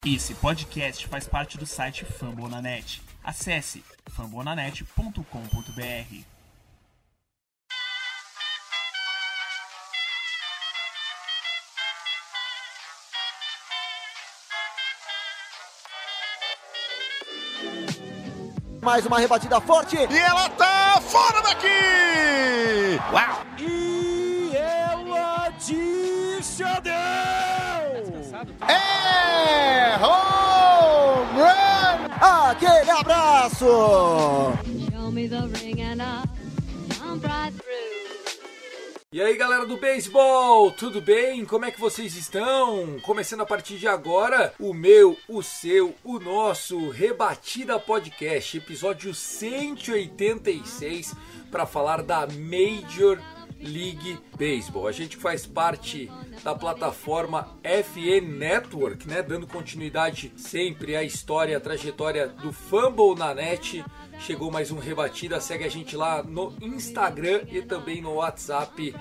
Esse podcast faz parte do site Fambonanet. Acesse fambonanet.com.br. Mais uma rebatida forte. E ela tá fora daqui! Uau! E ela disse adeus! É home run! Aquele abraço! Show me the ring and I'll jump right through. E aí, galera do beisebol, tudo bem? Como é que vocês estão? Começando a partir de agora, o meu, o seu, o nosso Rebatida Podcast, episódio 186, para falar da Major League Baseball. A gente faz parte da plataforma FN Network, né? Dando continuidade sempre à história, à trajetória do Fambonanet. Chegou mais um Rebatida, segue a gente lá no Instagram e também no WhatsApp,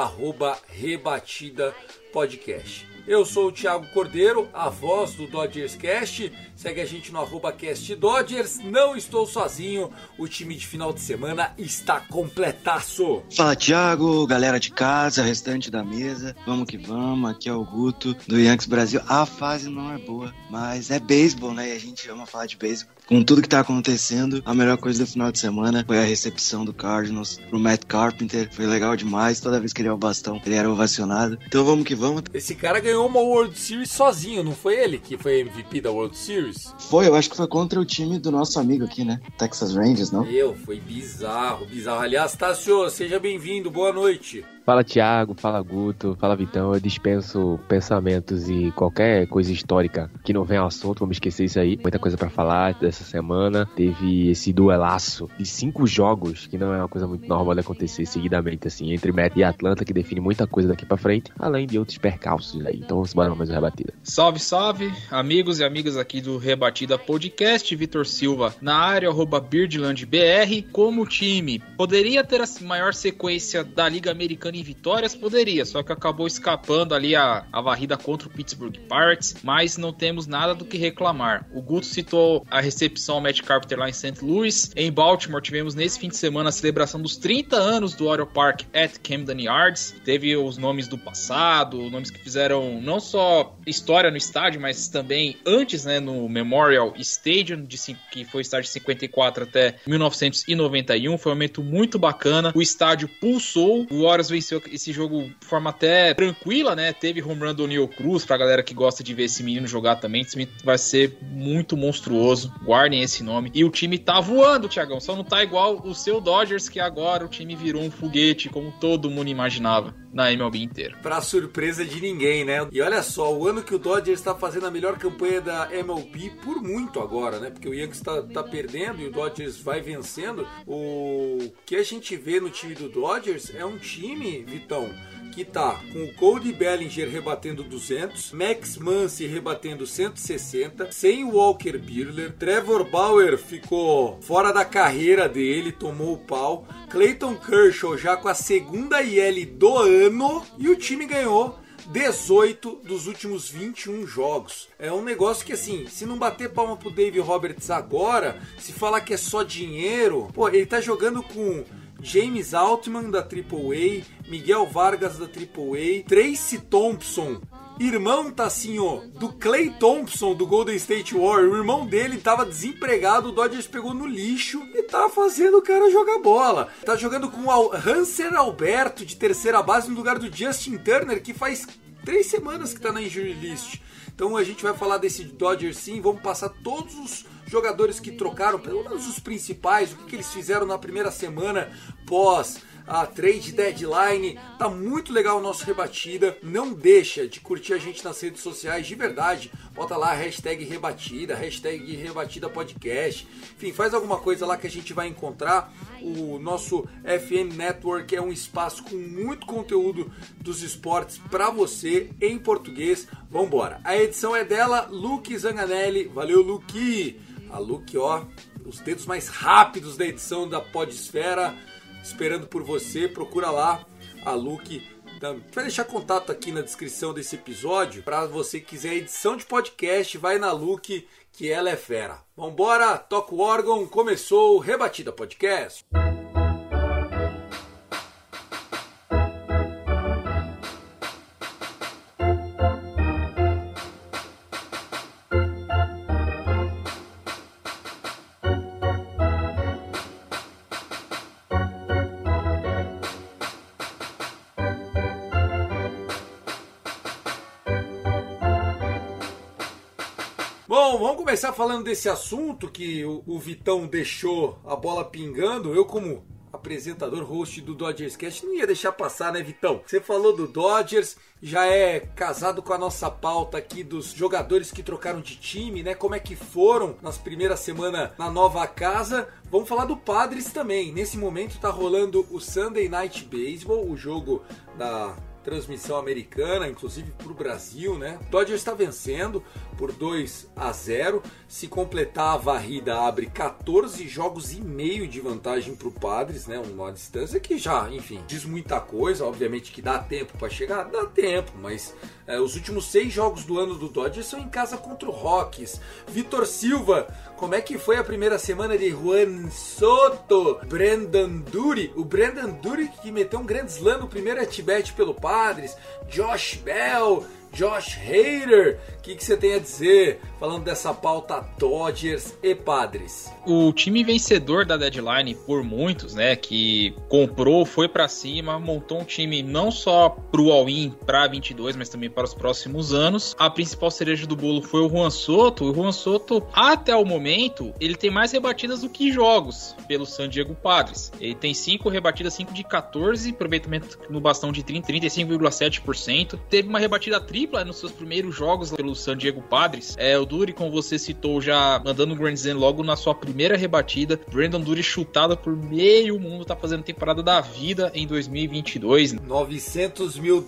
@Rebatida Podcast. Eu sou o Thiago Cordeiro, a voz do Dodgers Cast. Segue a gente no @CastDodgers. Não estou sozinho, o time de final de semana está completaço. Fala, Thiago, galera de casa, restante da mesa. Vamos que vamos, aqui é o Guto do Yankees Brasil. A fase não é boa, mas é beisebol, né? E a gente ama falar de beisebol. Com tudo que tá acontecendo, a melhor coisa do final de semana foi a recepção do Cardinals pro Matt Carpenter. Foi legal demais, toda vez que ele ia o bastão, ele era ovacionado. Então vamos que vamos. Esse cara ganhou uma World Series sozinho, não foi ele que foi MVP da World Series? Foi, eu acho que foi contra o time do nosso amigo aqui, né? Texas Rangers, não? Foi bizarro. Aliás, Tássio, seja bem-vindo, boa noite. Fala, Thiago, fala, Guto, fala, Vitão. Eu dispenso pensamentos e qualquer coisa histórica que não venha ao assunto, vamos esquecer isso aí. Muita coisa pra falar dessa semana. Teve esse duelaço de 5 jogos, que não é uma coisa muito normal de acontecer seguidamente, assim, entre Mets e Atlanta, que define muita coisa daqui pra frente, além de outros percalços aí. Então vamos embora mais uma rebatida. Salve, salve, amigos e amigas aqui do Rebatida Podcast. Vitor Silva na área, @BirdlandBR. Como time, poderia ter a maior sequência da Liga Americana em vitórias? Poderia, só que acabou escapando ali a varrida contra o Pittsburgh Pirates, mas não temos nada do que reclamar. O Guto citou a recepção ao Matt Carpenter lá em St. Louis. Em Baltimore tivemos nesse fim de semana a celebração dos 30 anos do Oriole Park at Camden Yards. Teve os nomes do passado, nomes que fizeram não só história no estádio, mas também antes, né, no Memorial Stadium, que foi o estádio de 54 até 1991. Foi um momento muito bacana. O estádio pulsou. O Orioles venceu esse jogo de forma até tranquila, né? Teve home run do Oneil Cruz, pra galera que gosta de ver esse menino jogar também. Esse menino vai ser muito monstruoso. Guardem esse nome. E o time tá voando, Thiagão. Só não tá igual o seu Dodgers, que agora o time virou um foguete, como todo mundo imaginava na MLB inteira. Pra surpresa de ninguém, né? E olha só, o ano que o Dodgers tá fazendo a melhor campanha da MLB por muito agora, né? Porque o Yankees tá perdendo e o Dodgers vai vencendo. O que a gente vê no time do Dodgers é um time, Vitão, que tá com o Cody Bellinger rebatendo 200, Max Muncy rebatendo 160, sem o Walker Buehler, Trevor Bauer ficou fora da carreira dele, tomou o pau, Clayton Kershaw já com a segunda IL do ano e o time ganhou 18 dos últimos 21 jogos. É um negócio que, assim, se não bater palma pro Dave Roberts agora, se falar que é só dinheiro, pô, ele tá jogando com James Outman da AAA, Miguel Vargas da AAA, Tracy Thompson, irmão, tá assim, ó, do Klay Thompson do Golden State Warriors. O irmão dele tava desempregado, o Dodgers pegou no lixo e tá fazendo o cara jogar bola. Tá jogando com o Hanser Alberto de terceira base no lugar do Justin Turner, que faz 3 semanas que tá na injury list. Então a gente vai falar desse Dodgers sim, vamos passar todos os jogadores que trocaram, pelo menos os principais, o que eles fizeram na primeira semana pós a trade deadline. Tá muito legal o nosso Rebatida. Não deixa de curtir a gente nas redes sociais, de verdade. Bota lá a hashtag Rebatida, hashtag Rebatida Podcast. Enfim, faz alguma coisa lá que a gente vai encontrar. O nosso FN Network é um espaço com muito conteúdo dos esportes para você em português. Vambora. A edição é dela, Luke Zanganelli. Valeu, Luke. A Luke, ó, os dedos mais rápidos da edição da Podesfera, esperando por você. Procura lá a Luke A gente vai deixar contato aqui na descrição desse episódio. Para você que quiser edição de podcast, vai na Luke, que ela é fera. Vambora, toca o órgão, começou o Rebatida Podcast. Bom, vamos começar falando desse assunto que o Vitão deixou a bola pingando. Eu, como apresentador, host do Dodgers Cast, não ia deixar passar, né, Vitão? Você falou do Dodgers, já é casado com a nossa pauta aqui dos jogadores que trocaram de time, né? Como é que foram nas primeiras semanas na nova casa. Vamos falar do Padres também. Nesse momento tá rolando o Sunday Night Baseball, o jogo da transmissão americana, inclusive para o Brasil, né? O Dodgers está vencendo por 2-0. Se completar a varrida, abre 14 jogos e meio de vantagem para o Padres, né? Uma distância que já, enfim, diz muita coisa. Obviamente que dá tempo para chegar, dá tempo, mas os últimos 6 jogos do ano do Dodgers são em casa contra o Rockies. Vitor Silva, como é que foi a primeira semana de Juan Soto? Brandon Drury, o Brandon Drury que meteu um grande slam no primeiro at-bat pelo Padres. Josh Bell, Josh Hader, o que você tem a dizer falando dessa pauta Dodgers e Padres? O time vencedor da deadline por muitos, né, que comprou, foi pra cima, montou um time não só pro all-in pra 22, mas também para os próximos anos. A principal cereja do bolo foi o Juan Soto. O Juan Soto, até o momento, ele tem mais rebatidas do que jogos pelo San Diego Padres. Ele tem 5 rebatidas, 5 de 14, aproveitamento no bastão de 35,7%. Teve uma rebatida tripla nos seus primeiros jogos pelo San Diego Padres. O Drury, como você citou, já mandando o Grand Slam logo na sua primeira rebatida. Brandon Drury chutado por meio mundo, tá fazendo temporada da vida em 2022. $900 mil.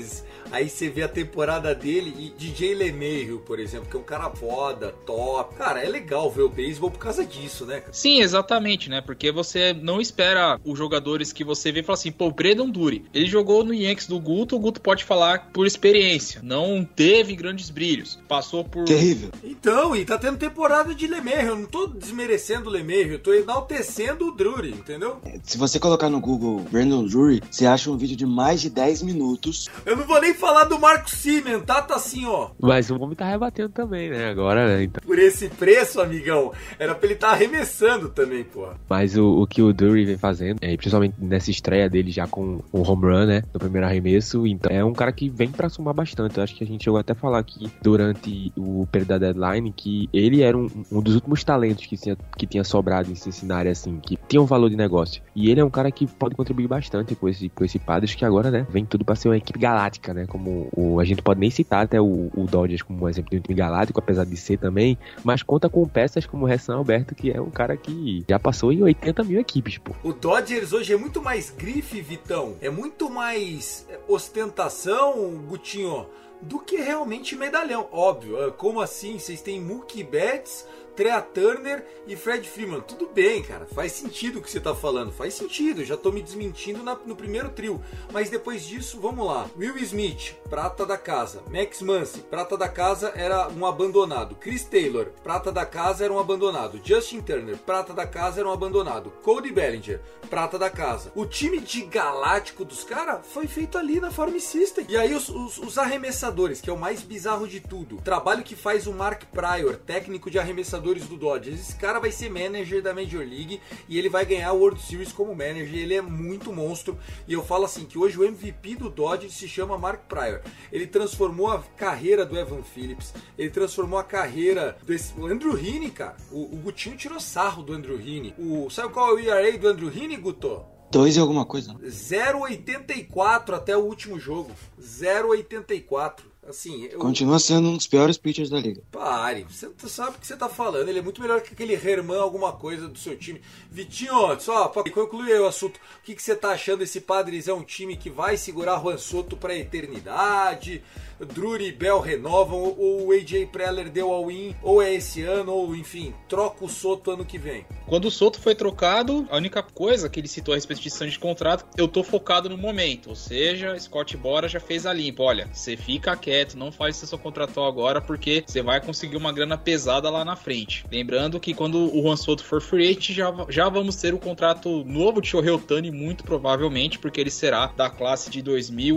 Aí você vê a temporada dele e DJ LeMahieu, por exemplo, que é um cara foda, top. Cara, é legal ver o beisebol por causa disso, né? Sim, exatamente, né? Porque você não espera os jogadores que você vê e fala assim, pô, o Brandon Drury, ele jogou no Yankees do Guto, o Guto pode falar por experiência. Não teve grandes brilhos. Passou por... Terrível. Então, e tá tendo temporada de LeMahieu. Eu não tô desmerecendo o LeMahieu, eu tô enaltecendo o Drury, entendeu? Se você colocar no Google Brandon Drury, você acha um vídeo de mais de 10 minutos. Eu não vou nem falar do Marcus Semien, tá? Tá assim, ó. Mas o homem tá rebatendo também, né? Agora, né? Então. Por esse preço, amigão, era pra ele estar arremessando também, pô. Mas o que o Drury vem fazendo, principalmente nessa estreia dele já com o home run, né? No primeiro arremesso, então é um cara que vem pra somar bastante. Eu acho que a gente chegou até a falar aqui durante o período da deadline que ele era um dos últimos talentos que tinha sobrado em Cincinnati, assim, que tinha um valor de negócio. E ele é um cara que pode contribuir bastante com esse Padres, que agora, né, vem tudo pra ser uma equipe galáctica, né, como a gente pode nem citar até o Dodgers como um exemplo de um time galáctico, apesar de ser também, mas conta com peças como o Ressan Alberto, que é um cara que já passou em 80 mil equipes, pô. O Dodgers hoje é muito mais grife, Vitão, é muito mais ostentação, Gutinho, do que realmente medalhão. Óbvio, como assim? Vocês têm Mookie Betts, Trea Turner e Fred Freeman. Tudo bem, cara, faz sentido o que você tá falando, faz sentido, já tô me desmentindo no primeiro trio. Mas depois disso, vamos lá. Will Smith, prata da casa. Max Muncy, prata da casa, era um abandonado. Chris Taylor, prata da casa, era um abandonado. Justin Turner, prata da casa, era um abandonado. Cody Bellinger, prata da casa. O time de galáctico dos caras foi feito ali na Farm System. E aí os arremessadores, que é o mais bizarro de tudo. O trabalho que faz o Mark Prior, técnico de arremessadores do Dodgers. Esse cara vai ser manager da Major League e ele vai ganhar o World Series como manager. Ele é muito monstro. E eu falo assim, que hoje o MVP do Dodgers se chama Mark Prior. Ele transformou a carreira do Evan Phillips. Ele transformou a carreira do Andrew Heaney, cara. O Gutinho tirou sarro do Andrew Heaney. Sabe qual é o ERA do Andrew Heaney, Guto? 2 e alguma coisa. 0,84 até o último jogo. 0,84. Assim, continua sendo um dos piores pitchers da liga. Pare, você sabe o que você tá falando. Ele é muito melhor que aquele Herman alguma coisa do seu time. Vitinho, só pra concluir o assunto, o que você tá achando desse Padres? É um time que vai segurar Juan Soto pra eternidade? Drury e Bell renovam, ou o AJ Preller deu all-in, ou é esse ano, ou enfim, troca o Soto ano que vem. Quando o Soto foi trocado, a única coisa que ele citou a respeito de extensão de contrato, eu tô focado no momento, ou seja, Scott Bora já fez a limpa, olha, você fica quieto, não faz extensão contratual agora, porque você vai conseguir uma grana pesada lá na frente. Lembrando que quando o Juan Soto for free agent, já vamos ter o contrato novo de Shohei Ohtani, muito provavelmente, porque ele será da classe de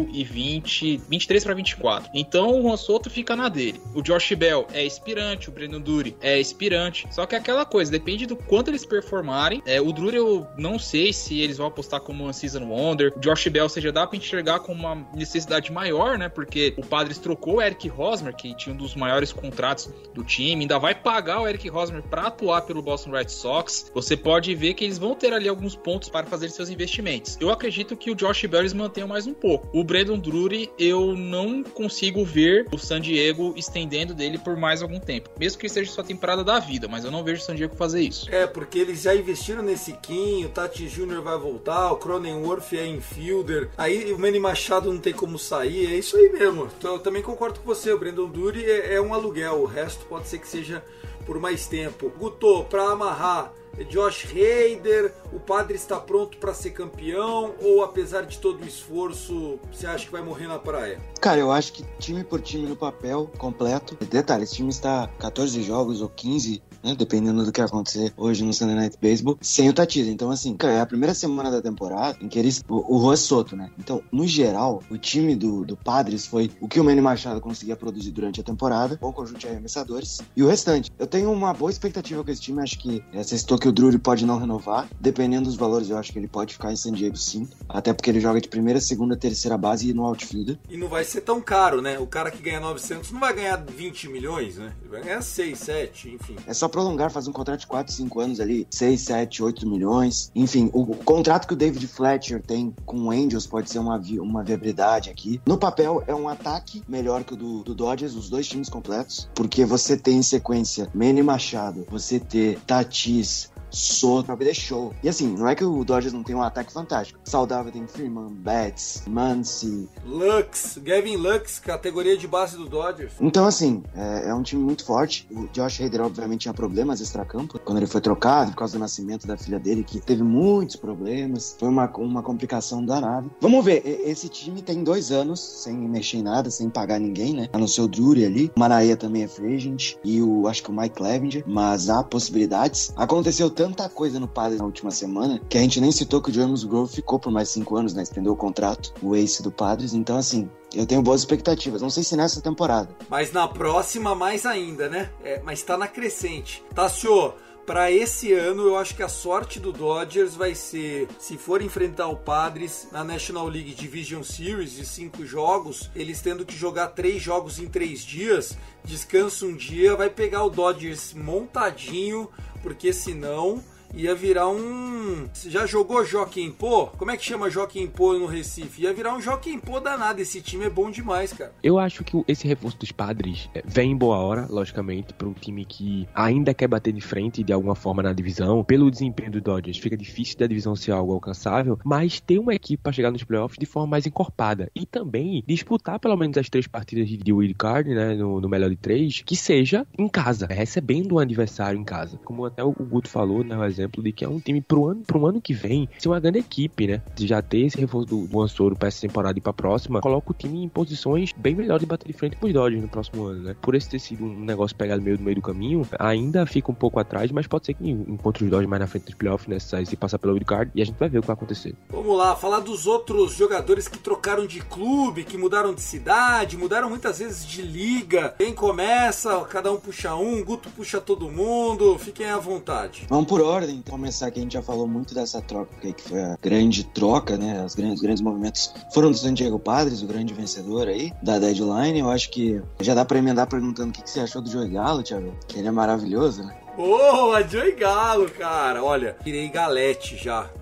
2023 para 24. Então o Juan Soto fica na dele. O Josh Bell é expirante, o Brandon Drury é expirante, só que é aquela coisa, depende do quanto eles performarem. O Drury eu não sei se eles vão apostar como uma season wonder. O Josh Bell, ou seja, dá pra enxergar com uma necessidade maior, né? Porque o Padres trocou o Eric Hosmer, que tinha um dos maiores contratos do time, ainda vai pagar o Eric Hosmer pra atuar pelo Boston Red Sox. Você pode ver que eles vão ter ali alguns pontos para fazer seus investimentos. Eu acredito que o Josh Bell eles mantenham mais um pouco. O Brandon Drury, eu não consigo ver o San Diego estendendo dele por mais algum tempo. Mesmo que seja sua temporada da vida, mas eu não vejo o San Diego fazer isso. Porque eles já investiram nesse Kim, o Tati Jr. vai voltar, o Cronenworth é infielder, aí o Manny Machado não tem como sair, é isso aí mesmo. Então, eu também concordo com você, o Brandon Drury é um aluguel, o resto pode ser que seja por mais tempo. Guto, pra amarrar, Josh Hader, o Padre está pronto para ser campeão, ou apesar de todo o esforço, você acha que vai morrer na praia? Cara, eu acho que time por time no papel, completo. Detalhe, esse time está 14 jogos ou 15, né, dependendo do que acontecer hoje no Sunday Night Baseball, sem o Tatis. Então, assim, é a primeira semana da temporada em que eles... O Juan Soto, né? Então, no geral, o time do Padres foi o que o Manny Machado conseguia produzir durante a temporada, bom conjunto de arremessadores, e o restante. Eu tenho uma boa expectativa com esse time, acho que você citou que o Drury pode não renovar, dependendo dos valores, eu acho que ele pode ficar em San Diego sim, até porque ele joga de primeira, segunda, terceira base e no outfielder. E não vai ser tão caro, né? O cara que ganha 900 não vai ganhar 20 milhões, né? Ele vai ganhar 6, 7, enfim. É só prolongar, fazer um contrato de 4, 5 anos ali, 6, 7, 8 milhões, enfim, o contrato que o David Fletcher tem com o Angels pode ser uma viabilidade aqui. No papel, é um ataque melhor que o do Dodgers, os dois times completos, porque você tem em sequência Manny Machado, você ter Tatis, Soto, pra ver show. E assim, não é que o Dodgers não tem um ataque fantástico. Saudável tem Freeman, Betts, Muncy, Lux, Gavin Lux, categoria de base do Dodgers. Então assim, é um time muito forte. O Josh Hader obviamente tinha problemas extracampo quando ele foi trocado, por causa do nascimento da filha dele, que teve muitos problemas. Foi uma complicação danada. Vamos ver, esse time tem 2 anos sem mexer em nada, sem pagar ninguém, né? A não ser o Drury ali. O Manaea também é free agent e acho que o Mike Clevinger, mas há possibilidades. Aconteceu tanta coisa no Padres na última semana que a gente nem citou que o James Grove ficou por mais 5 anos, né? Estendeu o contrato, o ace do Padres. Então, assim, eu tenho boas expectativas. Não sei se nessa temporada. Mas na próxima, mais ainda, né? Mas tá na crescente. Tassio, para esse ano, eu acho que a sorte do Dodgers vai ser, se for enfrentar o Padres na National League Division Series de 5 jogos, eles tendo que jogar 3 jogos em 3 dias, descansa um dia, vai pegar o Dodgers montadinho, porque senão ia virar um... Você já jogou Joaquim Pô? Como é que chama Joaquim Pô no Recife? Ia virar um Joaquim Pô danado. Esse time é bom demais, cara. Eu acho que esse reforço dos Padres vem em boa hora, logicamente, para um time que ainda quer bater de frente de alguma forma na divisão. Pelo desempenho do Dodgers, fica difícil da divisão ser algo alcançável, mas ter uma equipe para chegar nos playoffs de forma mais encorpada e também disputar pelo menos as 3 partidas de wild card, né, no melhor de 3, que seja em casa, recebendo um adversário em casa. Como até o Guto falou, né, o exemplo de que é um time pro ano que vem ser uma grande equipe, né? De já ter esse reforço do Juan Soto para essa temporada e para a próxima, coloca o time em posições bem melhores de bater de frente com os Dodgers no próximo ano, né? Por esse ter sido um negócio pegado no meio do caminho, ainda fica um pouco atrás, mas pode ser que encontre os Dodgers mais na frente dos playoffs, né? Se passar pela wild card, e a gente vai ver o que vai acontecer. Vamos lá, falar dos outros jogadores que trocaram de clube, que mudaram de cidade, mudaram muitas vezes de liga. Quem começa, cada um puxa um, Guto puxa todo mundo, fiquem à vontade. Vamos por ordem. Começar aqui, a gente já falou muito dessa troca que foi a grande troca, né? Os grandes movimentos foram do San Diego Padres, o grande vencedor aí da deadline. Eu acho que já dá pra emendar perguntando o que você achou do Joey Gallo, Thiago. Ele é maravilhoso, né? Boa, Joey Gallo, cara. Olha, virei galete já.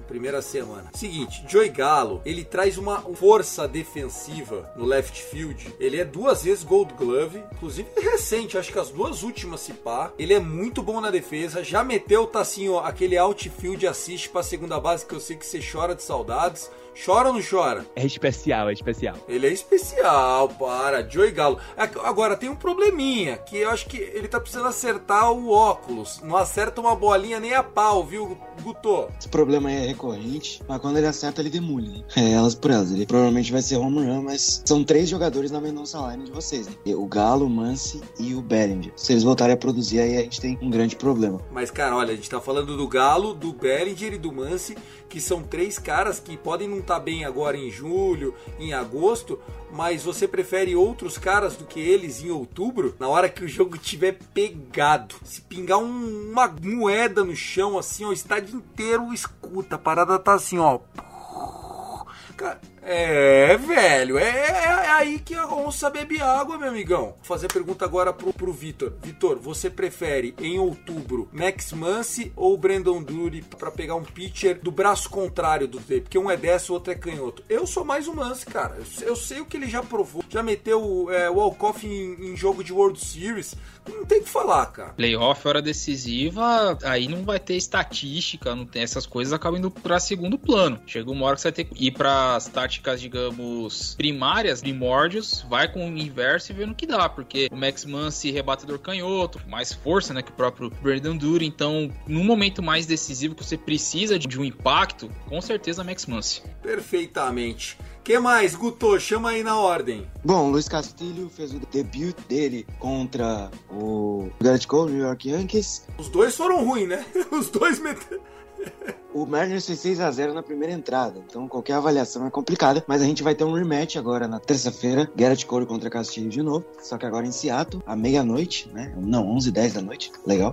primeira semana. Seguinte, Joey Gallo, ele traz uma força defensiva no left field. Ele é 2 vezes Gold Glove, inclusive recente, acho que as 2 últimas se pá. Ele é muito bom na defesa, já meteu, tá assim, ó, aquele outfield assist pra segunda base que eu sei que você chora de saudades. Chora ou não chora? É especial, é especial. Ele é especial, para. Joey Gallo. Agora, tem um probleminha, que eu acho que ele tá precisando acertar o óculos. Não acerta uma bolinha nem a pau, viu, Guto? Esse problema aí é recorrente, mas quando ele acerta, ele demole, né? É elas por elas. Ele provavelmente vai ser home run, mas são 3 jogadores na Mendonça Line de vocês, né? O Gallo, o Muncy e o Bellinger. Se eles voltarem a produzir, aí a gente tem um grande problema. Mas, cara, olha, a gente tá falando do Gallo, do Bellinger e do Muncy, que são 3 caras que podem não estar bem agora em julho, em agosto, mas você prefere outros caras do que eles em outubro, na hora que o jogo tiver pegado. Se pingar uma moeda no chão, assim, ó, o estádio inteiro escuta, a parada tá assim, ó. Cara, velho, é aí que a onça bebe água, meu amigão. Vou fazer a pergunta agora pro Vitor. Vitor, você prefere em outubro Max Muncy ou Brandon Drury pra pegar um pitcher do braço contrário do dele? Porque um é destro, o outro é canhoto. Eu sou mais o Muncy, cara. Eu sei o que ele já provou. Já meteu o walk-off em jogo de World Series. Não tem o que falar, cara. Playoff, hora decisiva, aí não vai ter estatística, não tem essas coisas, acabam indo pra segundo plano. Chega uma hora que você vai ter que ir pras táticas, digamos, primárias, primórdios, vai com o inverso e vê no que dá, porque o Max Muncy, rebatedor canhoto, mais força, né, que o próprio Brandon Drury, então, num momento mais decisivo que você precisa de um impacto, com certeza Max Muncy. Perfeitamente. Que mais, Guto? Chama aí na ordem. Bom, o Luiz Castillo fez o debut dele contra o Garrett Cole, New York Yankees. Os dois foram ruins, né? Os dois meteram... O Mariners fez 6-0 na primeira entrada, então qualquer avaliação é complicada, mas a gente vai ter um rematch agora na terça-feira, Garrett Cole contra Castillo de novo, só que agora em Seattle, à meia-noite, né? Não, 11h10 da noite, legal.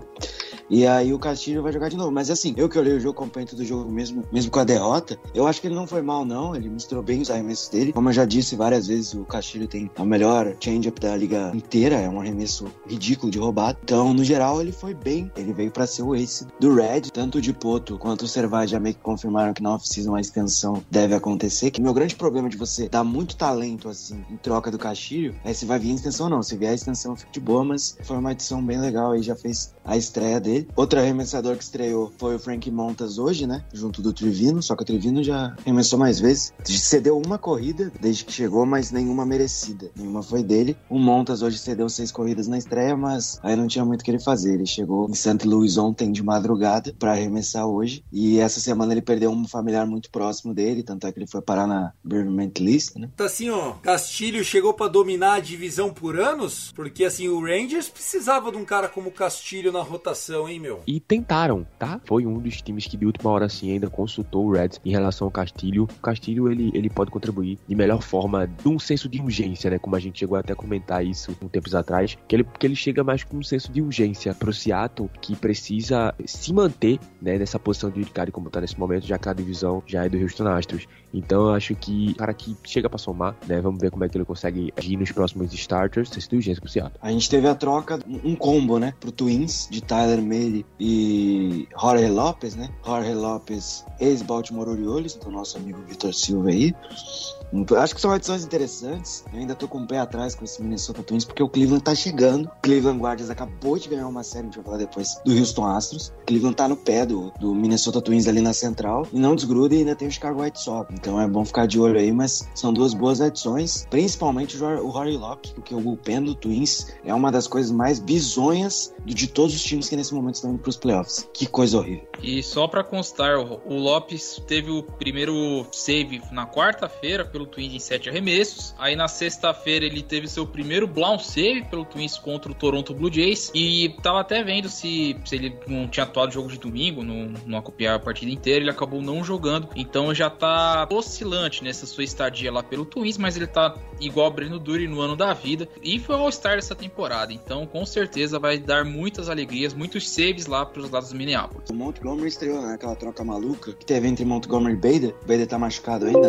E aí o Castillo vai jogar de novo, mas assim, eu que olhei o jogo, acompanho todo o jogo mesmo com a derrota, eu acho que ele não foi mal não, ele mostrou bem os arremessos dele, como eu já disse várias vezes, o Castillo tem a melhor change-up da liga inteira, é um arremesso ridículo de roubado, então no geral ele foi bem, ele veio pra ser o ace do Red, tanto de Poto quanto o Cervaz já meio que confirmaram que na off-season a extensão deve acontecer, que o meu grande problema de você dar muito talento assim em troca do Castillo é se vai vir a extensão ou não. Se vier a extensão fica de boa, mas foi uma edição bem legal aí, já fez a estreia dele. Outro arremessador que estreou foi o Frankie Montas hoje, né, junto do Trivino, só que o Trivino já arremessou mais vezes, cedeu uma corrida desde que chegou, mas nenhuma merecida, nenhuma foi dele. O Montas hoje cedeu 6 corridas na estreia, mas aí não tinha muito o que ele fazer, ele chegou em St. Louis ontem de madrugada pra arremessar hoje, e essa semana ele perdeu um familiar muito próximo dele, tanto é que ele foi parar na Bereavement List, né? Tá assim, ó, Castilho chegou pra dominar a divisão por anos, porque assim, o Rangers precisava de um cara como Castilho na rotação, hein, meu? E tentaram, tá? Foi um dos times que de última hora assim ainda consultou o Reds em relação ao Castilho. O Castilho, ele pode contribuir de melhor forma, de um senso de urgência, né? Como a gente chegou até a comentar isso um tempos atrás, que ele chega mais com um senso de urgência pro Seattle, que precisa se manter, né, nessa posição de wildcard como tá nesse momento, já que a divisão já é do Houston Astros. Então eu acho que o cara que chega pra somar, né, vamos ver como é que ele consegue agir nos próximos starters, senso de urgência pro Seattle. A gente teve a troca, um combo, né, pro Twins, de Tyler Mahle e Jorge Lopez, né? Jorge Lopez, ex-Baltimore Orioles, do nosso amigo Vitor Silva aí. Acho que são adições interessantes. Eu ainda tô com o pé atrás com esse Minnesota Twins, porque o Cleveland tá chegando. O Cleveland Guardians acabou de ganhar uma série, a gente vai falar depois, do Houston Astros. O Cleveland tá no pé do Minnesota Twins ali na central, e não desgruda, e ainda tem o Chicago White Sox. Então é bom ficar de olho aí, mas são 2 boas adições, principalmente o Jorge Lopez, porque o bullpen do Twins é uma das coisas mais bizonhas de todos os times que nesse momento estão indo pros playoffs. Que coisa horrível. E só pra constar, o Lopes teve o primeiro save na quarta-feira pelo Twins em 7 arremessos. Aí na sexta-feira ele teve seu primeiro blown save pelo Twins contra o Toronto Blue Jays. E tava até vendo se ele não tinha atuado no jogo de domingo, não acompanhar a partida inteira, ele acabou não jogando. Então já tá oscilante nessa sua estadia lá pelo Twins, mas ele tá igual o Brandon Drury no ano da vida. E foi o All-Star dessa temporada. Então com certeza vai dar muitas alegrias, muitos saves lá pros lados do Minneapolis. O Montgomery estreou naquela troca maluca que teve entre Montgomery e Bader. O Bader tá machucado ainda, né?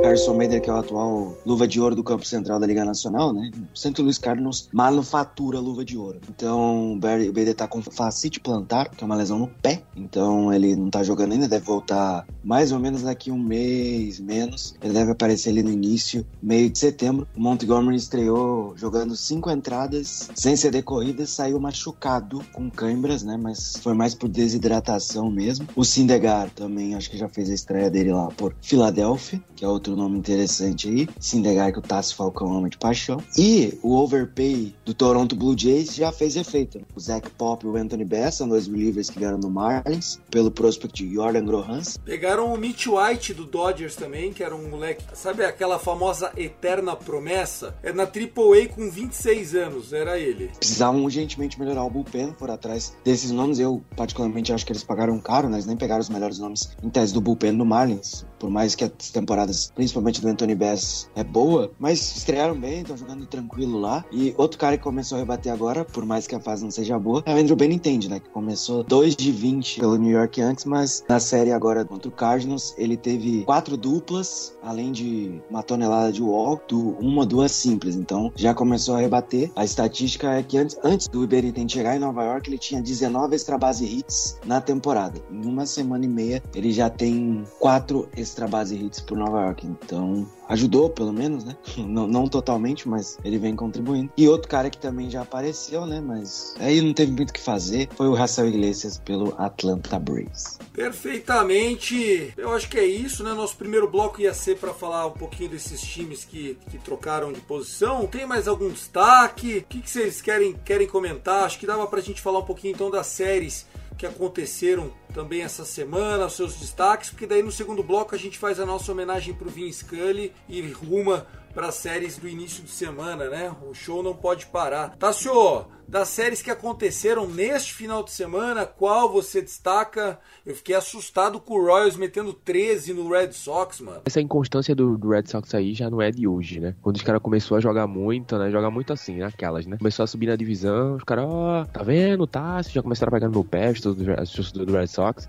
Harrison Bader, que é o atual luva de ouro do campo central da Liga Nacional, né? O St. Louis Cardinals manufatura luva de ouro. Então o Bader tá com fascite plantar, que é uma lesão no pé. Então ele não tá jogando ainda, deve voltar mais ou menos daqui um mês, menos. Ele deve aparecer ali no início, meio de setembro. O Montgomery estreou jogando 5 entradas, sem ceder corridas, saiu machucado com câimbras, né? Mas foi mais por desidratação mesmo. O Syndergaard também, acho que já fez a estreia dele lá por Filadélfia, que é outro nome interessante aí. Syndergaard, que o Tassi Falcão ama de paixão. E o overpay do Toronto Blue Jays já fez efeito. O Zach Pop e o Anthony Bass são 2 relievers que vieram no Marlins, pelo prospect Jordan Grohans. Pegaram o Mitch White do Dodgers também, que era um moleque, sabe aquela famosa eterna promessa? É na AAA com 26 anos, era ele. Precisavam urgentemente melhorar o bullpen, por atrás desses nomes. Eu, particularmente, acho que eles pagaram caro, né? Eles nem pegaram os melhores nomes em tese do bullpen do Marlins. Por mais que as temporadas, principalmente do Anthony Bass, é boa, mas estrearam bem, estão jogando tranquilo lá. E outro cara que começou a rebater agora, por mais que a fase não seja boa, é o Andrew Benintendi, né? Que começou 2 de 20 pelo New York Yankees, mas na série agora contra o Cardinals, ele teve 4 duplas, além de uma tonelada de walk, uma ou 2 simples. Então já começou a rebater. A estatística é que antes do Benintendi chegar em Nova York, ele tinha 19 extra base hits na temporada. Em uma semana e meia, ele já tem 4 extra base hits por Nova York. Então ajudou, pelo menos, né? Não totalmente, mas ele vem contribuindo. E outro cara que também já apareceu, né? Mas aí não teve muito o que fazer, foi o Rafael Iglesias pelo Atlanta Braves. Perfeitamente. Eu acho que é isso, né? Nosso primeiro bloco ia ser para falar um pouquinho desses times que trocaram de posição. Tem mais algum destaque? O que vocês querem comentar? Acho que dava pra gente falar um pouquinho então das séries que aconteceram também essa semana, os seus destaques, porque daí no segundo bloco a gente faz a nossa homenagem pro Vin Scully e ruma para as séries do início de semana, né? O show não pode parar. Tassio, das séries que aconteceram neste final de semana, qual você destaca? Eu fiquei assustado com o Royals metendo 13 no Red Sox, mano. Essa inconstância do Red Sox aí já não é de hoje, né? Quando os caras começaram a jogar muito, né? Jogar muito assim, naquelas, né? Começou a subir na divisão, os caras, tá vendo, tá? Já começaram a pegar no pé, os torcedores do Red Sox.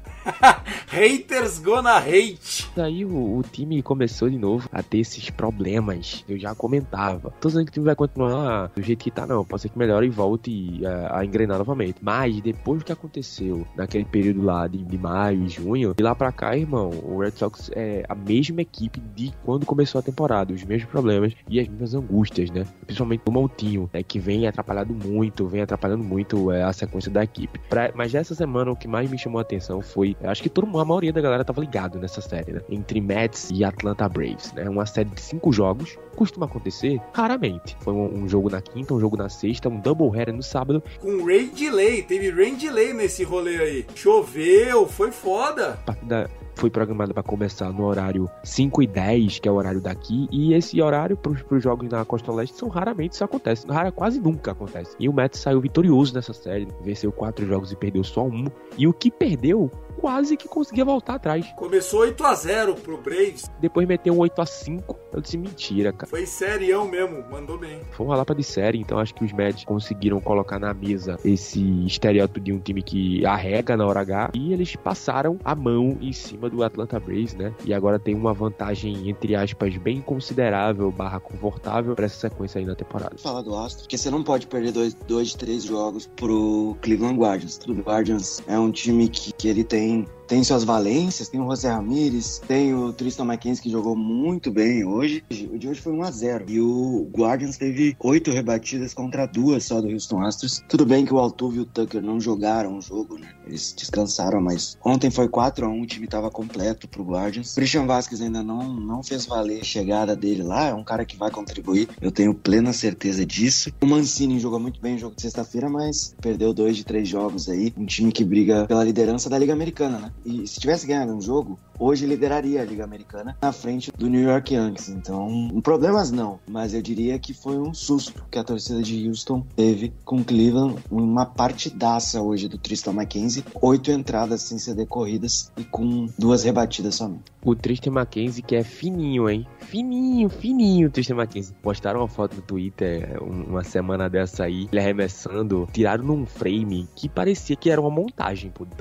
Haters gonna hate. Daí o time começou de novo a ter esses problemas. Eu já comentava. Tô dizendo que o time vai continuar do jeito que tá, não. Pode ser que melhore e volte a engrenar novamente. Mas depois do que aconteceu naquele período lá de maio e junho, de lá pra cá, irmão, o Red Sox é a mesma equipe de quando começou a temporada. Os mesmos problemas e as mesmas angústias, né? Principalmente o Montinho, que vem atrapalhando muito a sequência da equipe. Mas essa semana o que mais me chamou a atenção foi, acho que a maioria da galera tava ligado nessa série, né? Entre Mets e Atlanta Braves, né? Uma série de 5 jogos. Costuma acontecer? Raramente. Foi um jogo na quinta, um jogo na sexta, um doubleheader no sábado. Com rain delay, teve rain delay nesse rolê aí. Choveu, foi foda. A partida foi programada para começar no horário 5h10, que é o horário daqui, e esse horário pros jogos na Costa Leste raramente isso acontece, quase nunca acontece. E o Mets saiu vitorioso nessa série, venceu 4 jogos e perdeu só 1, e o que perdeu quase que conseguia voltar atrás. Começou 8-0 pro Braves. Depois meteu um 8-5. Eu disse, mentira, cara. Foi serião mesmo, mandou bem. Foi uma lapa de série, então acho que os Mets conseguiram colocar na mesa esse estereótipo de um time que arrega na hora H, e eles passaram a mão em cima do Atlanta Braves, né? E agora tem uma vantagem, entre aspas, bem considerável, confortável pra essa sequência aí na temporada. Falar do Astros, porque você não pode perder 2 de 3 jogos pro Cleveland Guardians. O Guardians é um time que ele tem suas valências, tem o José Ramírez, tem o Tristan McKenzie, que jogou muito bem hoje. O de hoje foi 1-0. E o Guardians teve 8 rebatidas contra 2 só do Houston Astros. Tudo bem que o Altuve e o Tucker não jogaram o jogo, né? Eles descansaram, mas ontem foi 4-1, o time tava completo pro Guardians. O Christian Vázquez ainda não fez valer a chegada dele lá, é um cara que vai contribuir, eu tenho plena certeza disso. O Mancini jogou muito bem o jogo de sexta-feira, mas perdeu 2 de 3 jogos aí. Um time que briga pela liderança da Liga Americana, né? E se tivesse ganhado um jogo, hoje lideraria a Liga Americana na frente do New York Yankees. Então, problemas não, mas eu diria que foi um susto que a torcida de Houston teve com Cleveland. Uma partidaça hoje do Tristan McKenzie, 8 entradas sem ceder corridas e com 2 rebatidas somente. O Tristan McKenzie, que é fininho, hein? Fininho o Tristan McKenzie. Postaram uma foto no Twitter uma semana dessa aí, ele arremessando, tiraram num frame que parecia que era uma montagem, pô, tão fino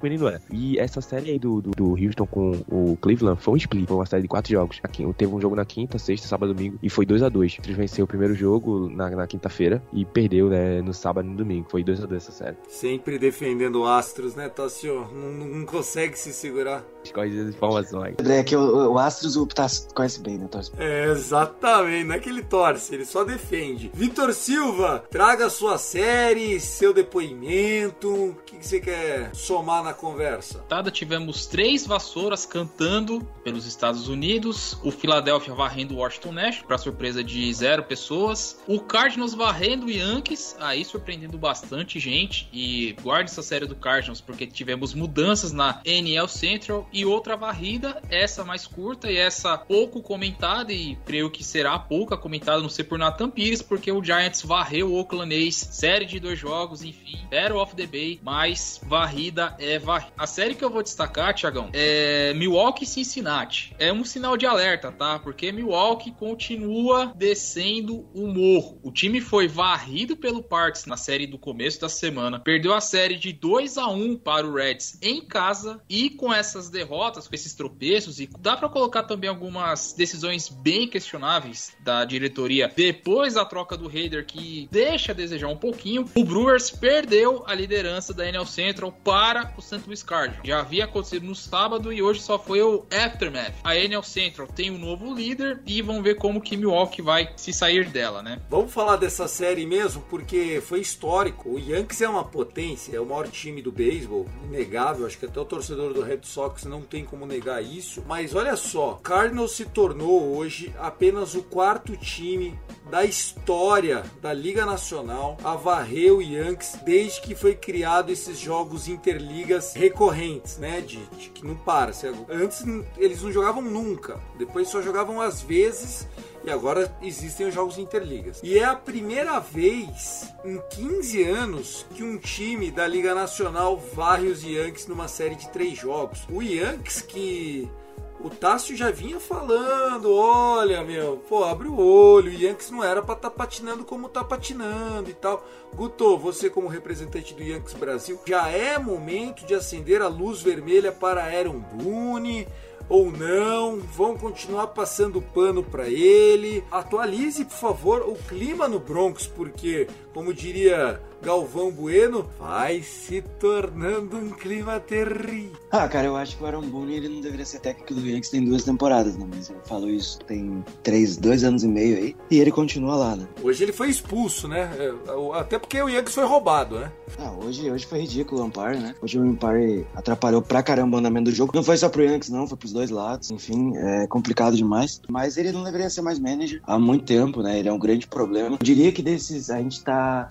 que ele não é. E essa série aí do Houston com o Cleveland foi um split, foi uma série de 4 jogos. Aqui, teve um jogo na quinta, sexta, sábado, domingo, e foi 2-2. Eles venceram o primeiro jogo na quinta-feira e perdeu, né, no sábado e no domingo. Foi 2-2 essa série. Sempre defendendo o Astros, né, Tassio? Não consegue se segurar. Escolhe as informações. André, é que o Astros o Tassi conhece bem, né, torce? Exatamente, não é que ele torce, ele só defende. Vitor Silva, traga sua série, seu depoimento, o que você quer somar na conversa? Tivemos 3 vassouras cantando pelos Estados Unidos, o Philadelphia varrendo o Washington Nationals, para surpresa de 0 pessoas, o Cardinals varrendo o Yankees, aí surpreendendo bastante gente, e guarde essa série do Cardinals, porque tivemos mudanças na NL Central, e outra varrida, essa mais curta e essa pouco comentada, e creio que será pouca comentada, não sei por Nathan Pires, porque o Giants varreu o Oakland A's, série de 2 jogos, enfim, Battle of the Bay, mas varrida é varrida. A série que eu vou destacar, Thiagão, é Milwaukee e Cincinnati. É um sinal de alerta, tá? Porque Milwaukee continua descendo o morro. O time foi varrido pelo Parks na série do começo da semana, perdeu a série de 2-1 para o Reds em casa, e com essas derrotas, com esses tropeços, e dá pra colocar também algumas decisões bem questionáveis da diretoria depois da troca do Hader, que deixa a desejar um pouquinho, o Brewers perdeu a liderança da NL Central para o St. Louis Cardinals. Já havia acontecido no sábado e hoje só foi o Aftermath. A NL Central tem um novo líder e vamos ver como que Milwaukee vai se sair dela, né? Vamos falar dessa série mesmo, porque foi histórico. O Yankees é uma potência, é o maior time do beisebol, inegável. Acho que até o torcedor do Red Sox não tem como negar isso. Mas olha só, Cardinals se tornou hoje apenas o 4º time da história da Liga Nacional a varrer o Yankees desde que foi criado esses jogos interligas recorrentes, né? De que não para. Antes eles não jogavam nunca, depois só jogavam às vezes, e agora existem os jogos interligas. E é a primeira vez em 15 anos que um time da Liga Nacional varre os Yankees numa série de 3 jogos. O Yankees que o Tássio já vinha falando, olha, abre o olho, o Yankees não era pra estar patinando como tá patinando e tal. Guto, você como representante do Yankees Brasil, já é momento de acender a luz vermelha para Aaron Boone, ou não? Vão continuar passando pano para ele? Atualize, por favor, o clima no Bronx, porque, como diria Galvão Bueno, vai se tornando um clima terrível. Cara, eu acho que o Aaron Boone ele não deveria ser técnico do Yankees, tem 2 temporadas, né? Mas eu falo isso tem 2 anos e meio aí, e ele continua lá, né? Hoje ele foi expulso, né? Até porque o Yankees foi roubado, né? Hoje foi ridículo o umpire, né? Hoje o umpire atrapalhou pra caramba o andamento do jogo. Não foi só pro Yankees, não, foi pros 2 lados. Enfim, é complicado demais. Mas ele não deveria ser mais manager há muito tempo, né? Ele é um grande problema. Eu diria que desses, a gente tá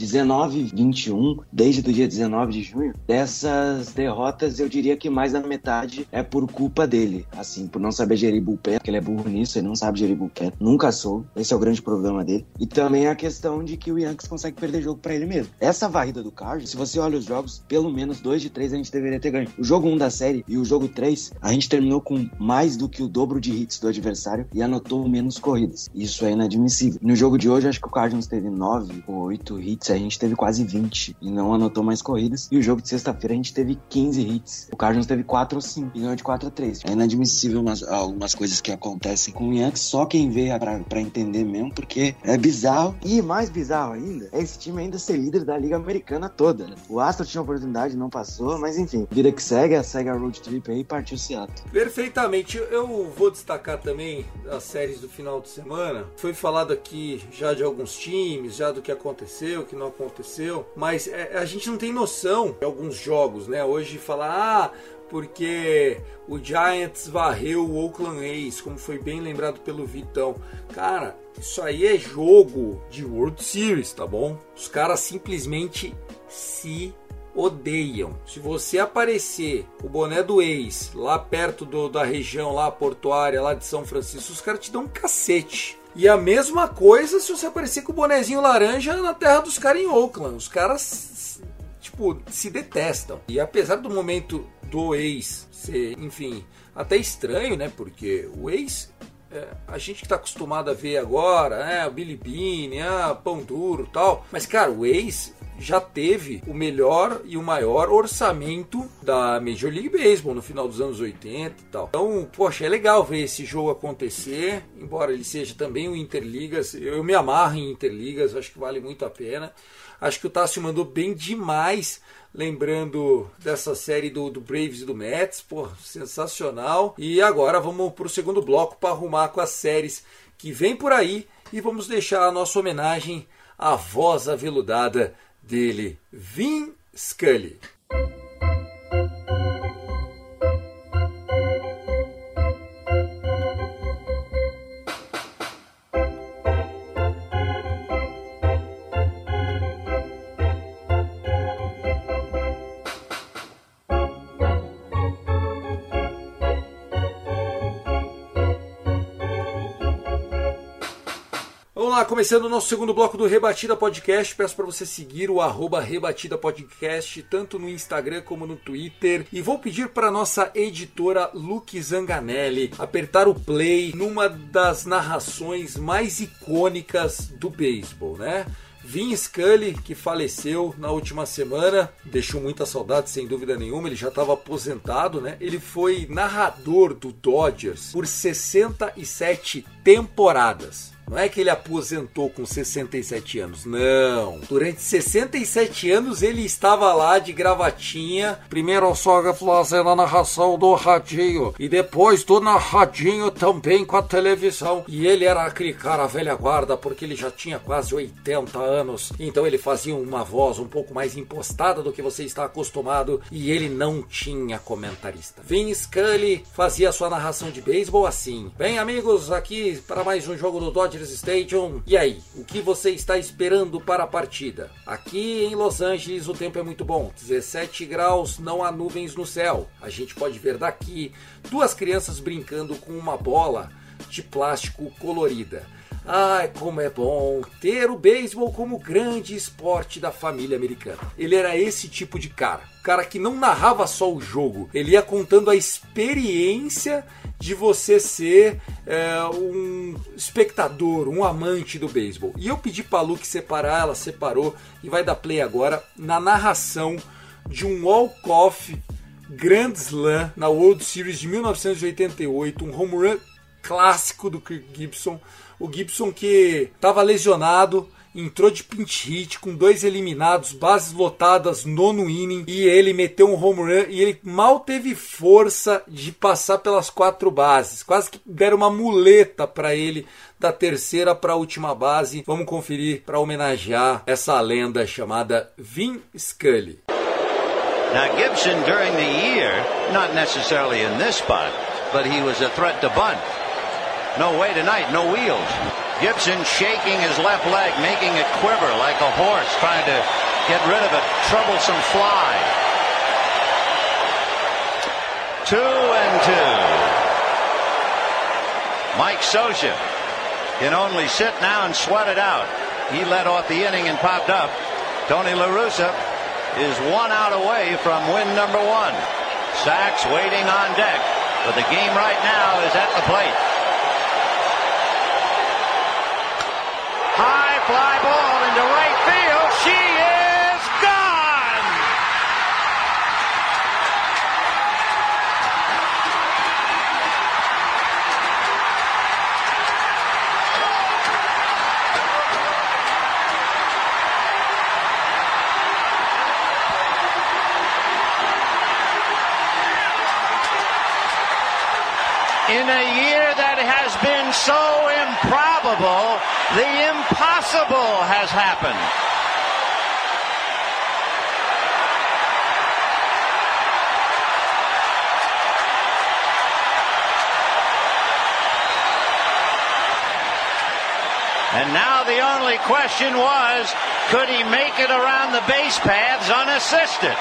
19-21, desde o dia 19 de junho. Dessas derrotas, eu diria que mais da metade é por culpa dele. Assim, por não saber gerir bullpen, porque ele é burro nisso, ele não sabe gerir bullpen. Nunca soube. Esse é o grande problema dele. E também a questão de que o Yankees consegue perder jogo pra ele mesmo. Essa varrida do Cardinals, se você olha os jogos, pelo menos 2 de 3 a gente deveria ter ganho. O jogo 1 da série e o jogo 3, a gente terminou com mais do que o dobro de hits do adversário e anotou menos corridas. Isso é inadmissível. No jogo de hoje, acho que o Cardinals teve 9 ou 8 hits, a gente teve quase 20 e não anotou mais corridas. E o jogo de sexta-feira a gente teve 15 hits. O Cardinals teve 4 ou 5 e ganhou de 4-3. É inadmissível algumas coisas que acontecem com o Yankees, só quem vê pra entender mesmo, porque é bizarro. E mais bizarro ainda, é esse time ainda ser líder da Liga Americana toda, né? O Astros tinha oportunidade, não passou, mas enfim, vida que segue a road trip aí e partiu Seattle. Perfeitamente. Eu vou destacar também as séries do final de semana. Foi falado aqui já de alguns times, já do que aconteceu, o que não aconteceu, mas a gente não tem noção de alguns jogos, né? Hoje falar, porque o Giants varreu o Oakland A's, como foi bem lembrado pelo Vitão. Cara, isso aí é jogo de World Series, tá bom? Os caras simplesmente se odeiam. Se você aparecer o boné do A's lá perto da região lá portuária, lá de São Francisco, os caras te dão um cacete. E a mesma coisa se você aparecer com o bonezinho laranja na terra dos caras em Oakland. Os caras, se detestam. E apesar do momento do A's ser, enfim, até estranho, né? Porque o A's, a gente que tá acostumado a ver agora, o Billy Beane, pão duro e tal. Mas, cara, o A's já teve o melhor e o maior orçamento da Major League Baseball no final dos anos 80 e tal. Então, poxa, é legal ver esse jogo acontecer, embora ele seja também o Interligas. Eu me amarro em Interligas, acho que vale muito a pena. Acho que o Tássio mandou bem demais, lembrando dessa série do Braves e do Mets. Pô, sensacional. E agora vamos para o segundo bloco para arrumar com as séries que vem por aí. E vamos deixar a nossa homenagem à voz aveludada dele, Vin Scully. Vamos lá, começando o nosso segundo bloco do Rebatida Podcast. Peço para você seguir o @Rebatida Podcast, tanto no Instagram como no Twitter. E vou pedir para nossa editora Luke Zanganelli apertar o play numa das narrações mais icônicas do beisebol, né? Vin Scully, que faleceu na última semana, deixou muita saudade, sem dúvida nenhuma. Ele já estava aposentado, né? Ele foi narrador do Dodgers por 67 temporadas. Não é que ele aposentou com 67 anos, não. Durante 67 anos ele estava lá de gravatinha. Primeiro só fazendo a narração do radinho e depois do narradinho também com a televisão. E ele era aquele cara velha guarda porque ele já tinha quase 80 anos. Então ele fazia uma voz um pouco mais impostada do que você está acostumado e ele não tinha comentarista. Vin Scully fazia a sua narração de beisebol assim. Bem, amigos, aqui para mais um jogo do Dodgers Stadium. E aí, o que você está esperando para a partida? Aqui em Los Angeles o tempo é muito bom, 17 graus, não há nuvens no céu. A gente pode ver daqui duas crianças brincando com uma bola de plástico colorida. Ai, como é bom ter o beisebol como grande esporte da família americana. Ele era esse tipo de cara. Cara que não narrava só o jogo. Ele ia contando a experiência de você ser um espectador, um amante do beisebol. E eu pedi pra Luke separar, ela separou e vai dar play agora na narração de um walk-off Grand Slam na World Series de 1988, um home run clássico do Kirk Gibson. O Gibson que estava lesionado, entrou de pinch hit com 2 eliminados, bases lotadas, 9º inning, e ele meteu um home run e ele mal teve força de passar pelas 4 bases. Quase que deram uma muleta para ele da terceira para a última base. Vamos conferir para homenagear essa lenda chamada Vin Scully. Now Gibson during the year, not necessarily in this spot, but he was a threat to bunt. No way tonight, no wheels. Gibson shaking his left leg, making it quiver like a horse, trying to get rid of a troublesome fly. 2-2. Mike Scioscia can only sit now and sweat it out. He led off the inning and popped up. Tony La Russa is 1 out away from win number 1. Sachs waiting on deck, but the game right now is at the plate. High fly ball into right field. She is gone! In a year that has been so improbable, the impossible has happened. And now the only question was, could he make it around the base paths unassisted?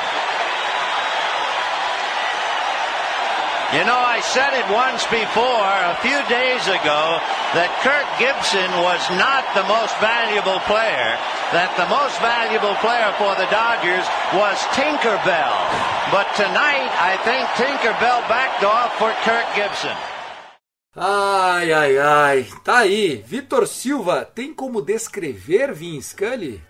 You know, I said it once before, a few days ago, that Kirk Gibson was not the most valuable player, that the most valuable player for the Dodgers was Tinkerbell. But tonight, I think Tinkerbell backed off for Kirk Gibson. Ai. Tá aí. Vitor Silva, tem como descrever Vin Scully?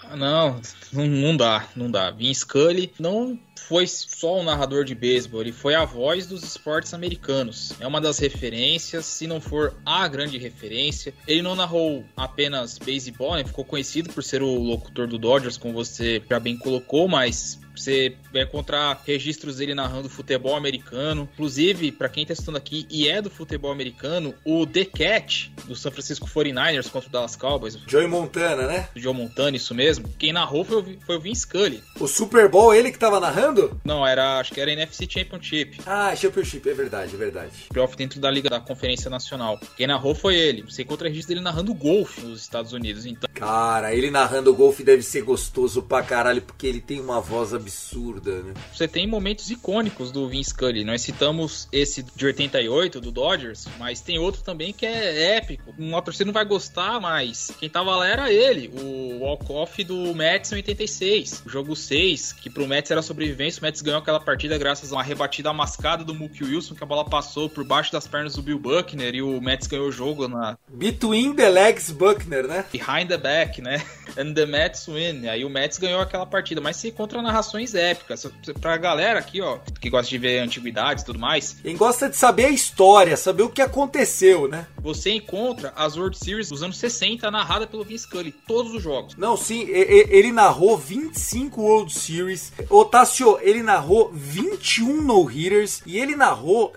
Não dá. Vin Scully não foi só um narrador de beisebol, ele foi a voz dos esportes americanos. É uma das referências, se não for a grande referência. Ele não narrou apenas beisebol, né? Ficou conhecido por ser o locutor do Dodgers, como você já bem colocou, mas você vai encontrar registros dele narrando futebol americano. Inclusive, para quem tá estudando aqui e é do futebol americano, o The Cat do San Francisco 49ers contra o Dallas Cowboys. Joey Montana, né? Joe Montana, isso mesmo. Quem narrou foi o Vin Scully. O Super Bowl, ele que tava narrando? Não, acho que era NFC Championship. Ah, Championship, é verdade. Playoff dentro da Liga da Conferência Nacional. Quem narrou foi ele. Você encontra registro dele narrando golfe nos Estados Unidos, então. Cara, ele narrando golfe deve ser gostoso pra caralho, porque ele tem uma voz absurda, né? Você tem momentos icônicos do Vin Scully. Nós citamos esse de 88, do Dodgers, mas tem outro também que é épico. Uma torcida não vai gostar, mas quem tava lá era ele, o walk-off do Mets em 86. O jogo 6, que pro Mets era sobrevivência. O Mets ganhou aquela partida graças a uma rebatida mascada do Mookie Wilson, que a bola passou por baixo das pernas do Bill Buckner e o Mets ganhou o jogo na... Between the legs Buckner, né? Behind the back, né? And the Mets win. Aí o Mets ganhou aquela partida. Mas você encontra narrações épicas. Pra galera aqui, ó, que gosta de ver antiguidades e tudo mais. Quem gosta de saber a história, saber o que aconteceu, né? Você encontra as World Series dos anos 60 narrada pelo Vin Scully. Todos os jogos. Não, sim. Ele narrou 25 World Series. Otácio, ele narrou 21 no-hitters. E ele narrou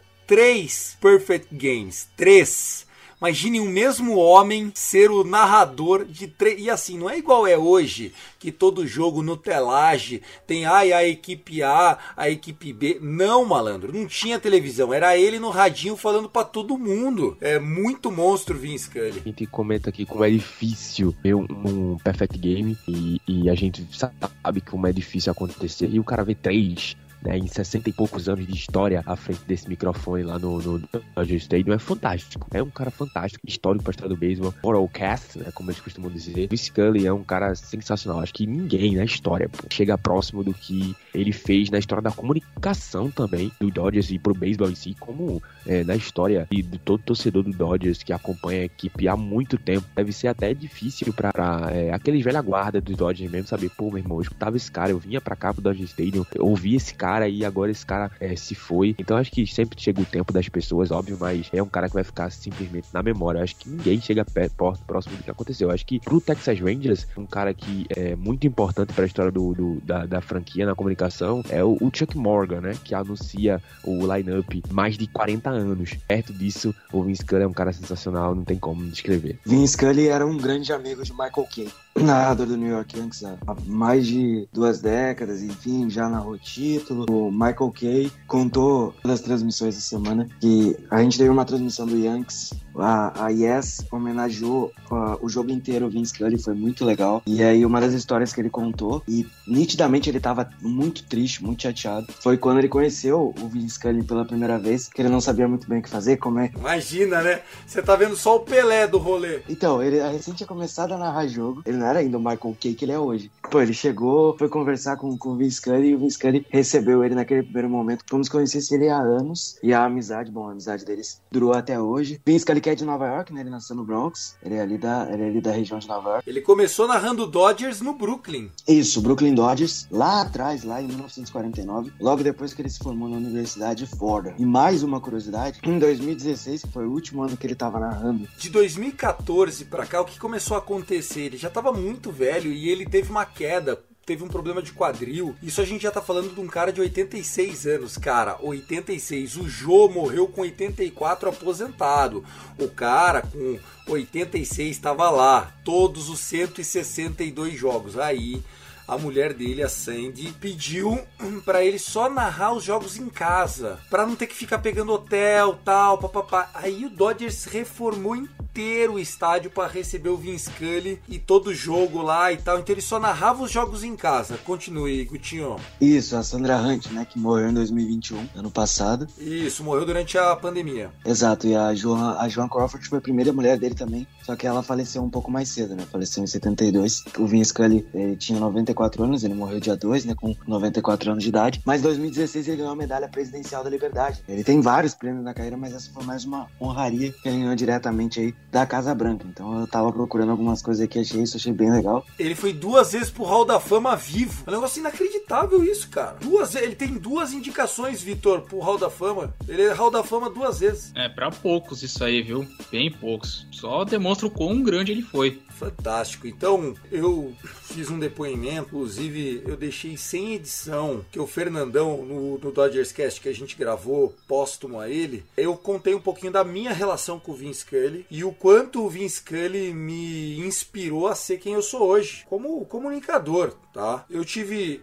3 Perfect Games. 3. Imagine um mesmo homem ser o narrador de 3... E assim, não é igual é hoje, que todo jogo no telagem tem a equipe A, a equipe B. Não, malandro, não tinha televisão. Era ele no radinho falando pra todo mundo. É muito monstro, Vin Scully. A gente comenta aqui como é difícil ver um Perfect Game. E a gente sabe como é difícil acontecer. E o cara vê 3... né, em 60 e poucos anos de história à frente desse microfone lá no Dodger Stadium, é fantástico. É um cara fantástico, histórico pra história do beisebol. Oralcast, né, como eles costumam dizer. O Scully é um cara sensacional. Acho que ninguém na história chega próximo do que ele fez na história da comunicação também do Dodgers e pro beisebol em si, como na história e de todo torcedor do Dodgers que acompanha a equipe há muito tempo. Deve ser até difícil pra aqueles velha guarda dos Dodgers mesmo saber, pô, meu irmão, eu escutava esse cara, eu vinha pra cá pro Dodger Stadium, eu ouvi esse cara e agora esse cara se foi. Então acho que sempre chega o tempo das pessoas, óbvio, mas é um cara que vai ficar simplesmente na memória. Eu acho que ninguém chega próximo do que aconteceu. Eu acho que pro Texas Rangers, um cara que é muito importante pra história da franquia na comunicação é o Chuck Morgan, né, que anuncia o line-up mais de 40 anos. Perto disso, o Vin Scully é um cara sensacional, não tem como descrever. Vin Scully era um grande amigo de Michael Kay, narrador do New York Yankees há mais de 2 décadas, enfim, já narrou título. O Michael Kay contou das transmissões da semana que a gente teve uma transmissão do Yankees, a Yes homenageou o jogo inteiro o Vin Scully, foi muito legal. E aí uma das histórias que ele contou, e nitidamente ele tava muito triste, muito chateado, foi quando ele conheceu o Vin Scully pela primeira vez, que ele não sabia muito bem o que fazer, como é... Imagina, né? Você tá vendo só o Pelé do rolê. Então, ele recém tinha começado a narrar jogo, ele não era ainda o Michael Kay que ele é hoje. Pô, ele chegou, foi conversar com o Vin Scully e o Vin Scully recebeu ele naquele primeiro momento, como se conhecesse ele há anos, e a amizade deles durou até hoje. Vin Scully que é de Nova York, né? Ele nasceu no Bronx, ele é ali da região de Nova York. Ele começou narrando Dodgers no Brooklyn. Isso, Brooklyn Dodgers, lá atrás, lá em 1949, logo depois que ele se formou na Universidade de Fordham. E mais uma curiosidade, em 2016, que foi o último ano que ele tava narrando. De 2014 pra cá, o que começou a acontecer? Ele já tava muito velho e ele teve uma queda, teve um problema de quadril. Isso a gente já tá falando de um cara de 86 anos, cara, 86. O Jô morreu com 84 aposentado. O cara com 86 tava lá, todos os 162 jogos. Aí a mulher dele, a Sandy, pediu pra ele só narrar os jogos em casa, pra não ter que ficar pegando hotel, tal, papapá. Aí o Dodgers reformou inteiro o estádio para receber o Vin Scully e todo o jogo lá e tal. Então ele só narrava os jogos em casa. Continue, Gutinho. Isso, a Sandra Hunt, né, que morreu em 2021, ano passado. Isso, morreu durante a pandemia. Exato, e a Joan Crawford foi a primeira mulher dele também, só que ela faleceu um pouco mais cedo, né, faleceu em 72. O Vin Scully tinha 94 anos, ele morreu dia 2, né, com 94 anos de idade, mas em 2016 ele ganhou a medalha presidencial da liberdade. Ele tem vários prêmios na carreira, mas essa foi mais uma honraria que ele ganhou diretamente aí da Casa Branca. Então eu tava procurando algumas coisas aqui, achei bem legal. Ele foi 2 vezes pro Hall da Fama vivo. É um negócio inacreditável isso, cara. Ele tem 2 indicações, Vitor, pro Hall da Fama. Ele é Hall da Fama 2 vezes. É, pra poucos isso aí, viu? Bem poucos. Só demonstra o quão grande ele foi. Fantástico. Então, eu fiz um depoimento, inclusive eu deixei sem edição, que o Fernandão, no Dodgers Cast que a gente gravou, póstumo a ele, eu contei um pouquinho da minha relação com o Vin Scully e o quanto o Vin Scully me inspirou a ser quem eu sou hoje, como comunicador, tá? Eu tive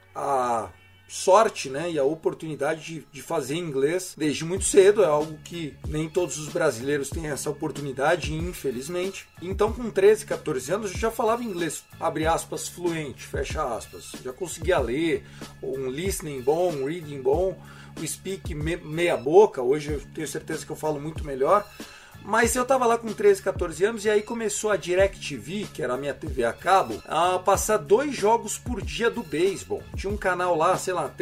a sorte, né, e a oportunidade de fazer inglês desde muito cedo. É algo que nem todos os brasileiros têm essa oportunidade, infelizmente. Então com 13, 14 anos eu já falava inglês, abre aspas, fluente, fecha aspas, já conseguia ler, um listening bom, um reading bom, o speak meia boca. Hoje eu tenho certeza que eu falo muito melhor. Mas eu tava lá com 13, 14 anos e aí começou a DirecTV, que era a minha TV a cabo, a passar 2 jogos por dia do beisebol. Tinha um canal lá, sei lá,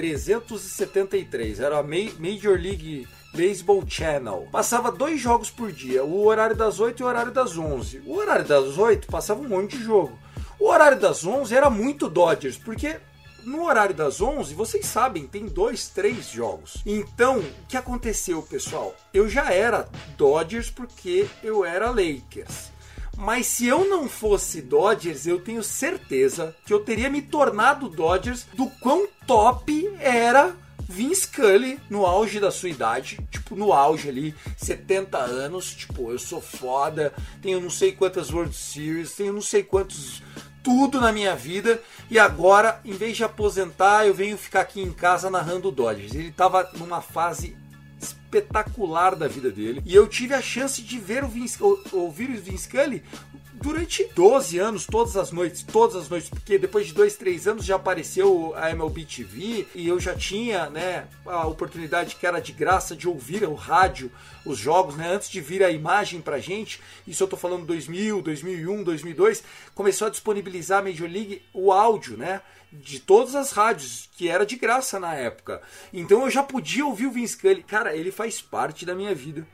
373, era a Major League Baseball Channel. Passava 2 jogos por dia, o horário das 8 e o horário das 11. O horário das 8 passava um monte de jogo. O horário das 11 era muito Dodgers, porque no horário das 11, vocês sabem, tem 2, 3 jogos. Então, o que aconteceu, pessoal? Eu já era Dodgers porque eu era Lakers. Mas se eu não fosse Dodgers, eu tenho certeza que eu teria me tornado Dodgers do quão top era Vin Scully no auge da sua idade, tipo, no auge ali, 70 anos, tipo, eu sou foda, tenho não sei quantas World Series, tenho não sei quantos... tudo na minha vida, e agora, em vez de aposentar, eu venho ficar aqui em casa narrando o Dodgers. Ele estava numa fase espetacular da vida dele, e eu tive a chance de ver ouvir o Vin Scully durante 12 anos, todas as noites, porque depois de 2, 3 anos já apareceu a MLB TV e eu já tinha, né, a oportunidade que era de graça de ouvir o rádio, os jogos, né, antes de vir a imagem pra gente. Isso eu tô falando 2000, 2001, 2002, começou a disponibilizar a Major League o áudio, né, de todas as rádios, que era de graça na época. Então eu já podia ouvir o Vin Scully. Cara, ele faz parte da minha vida.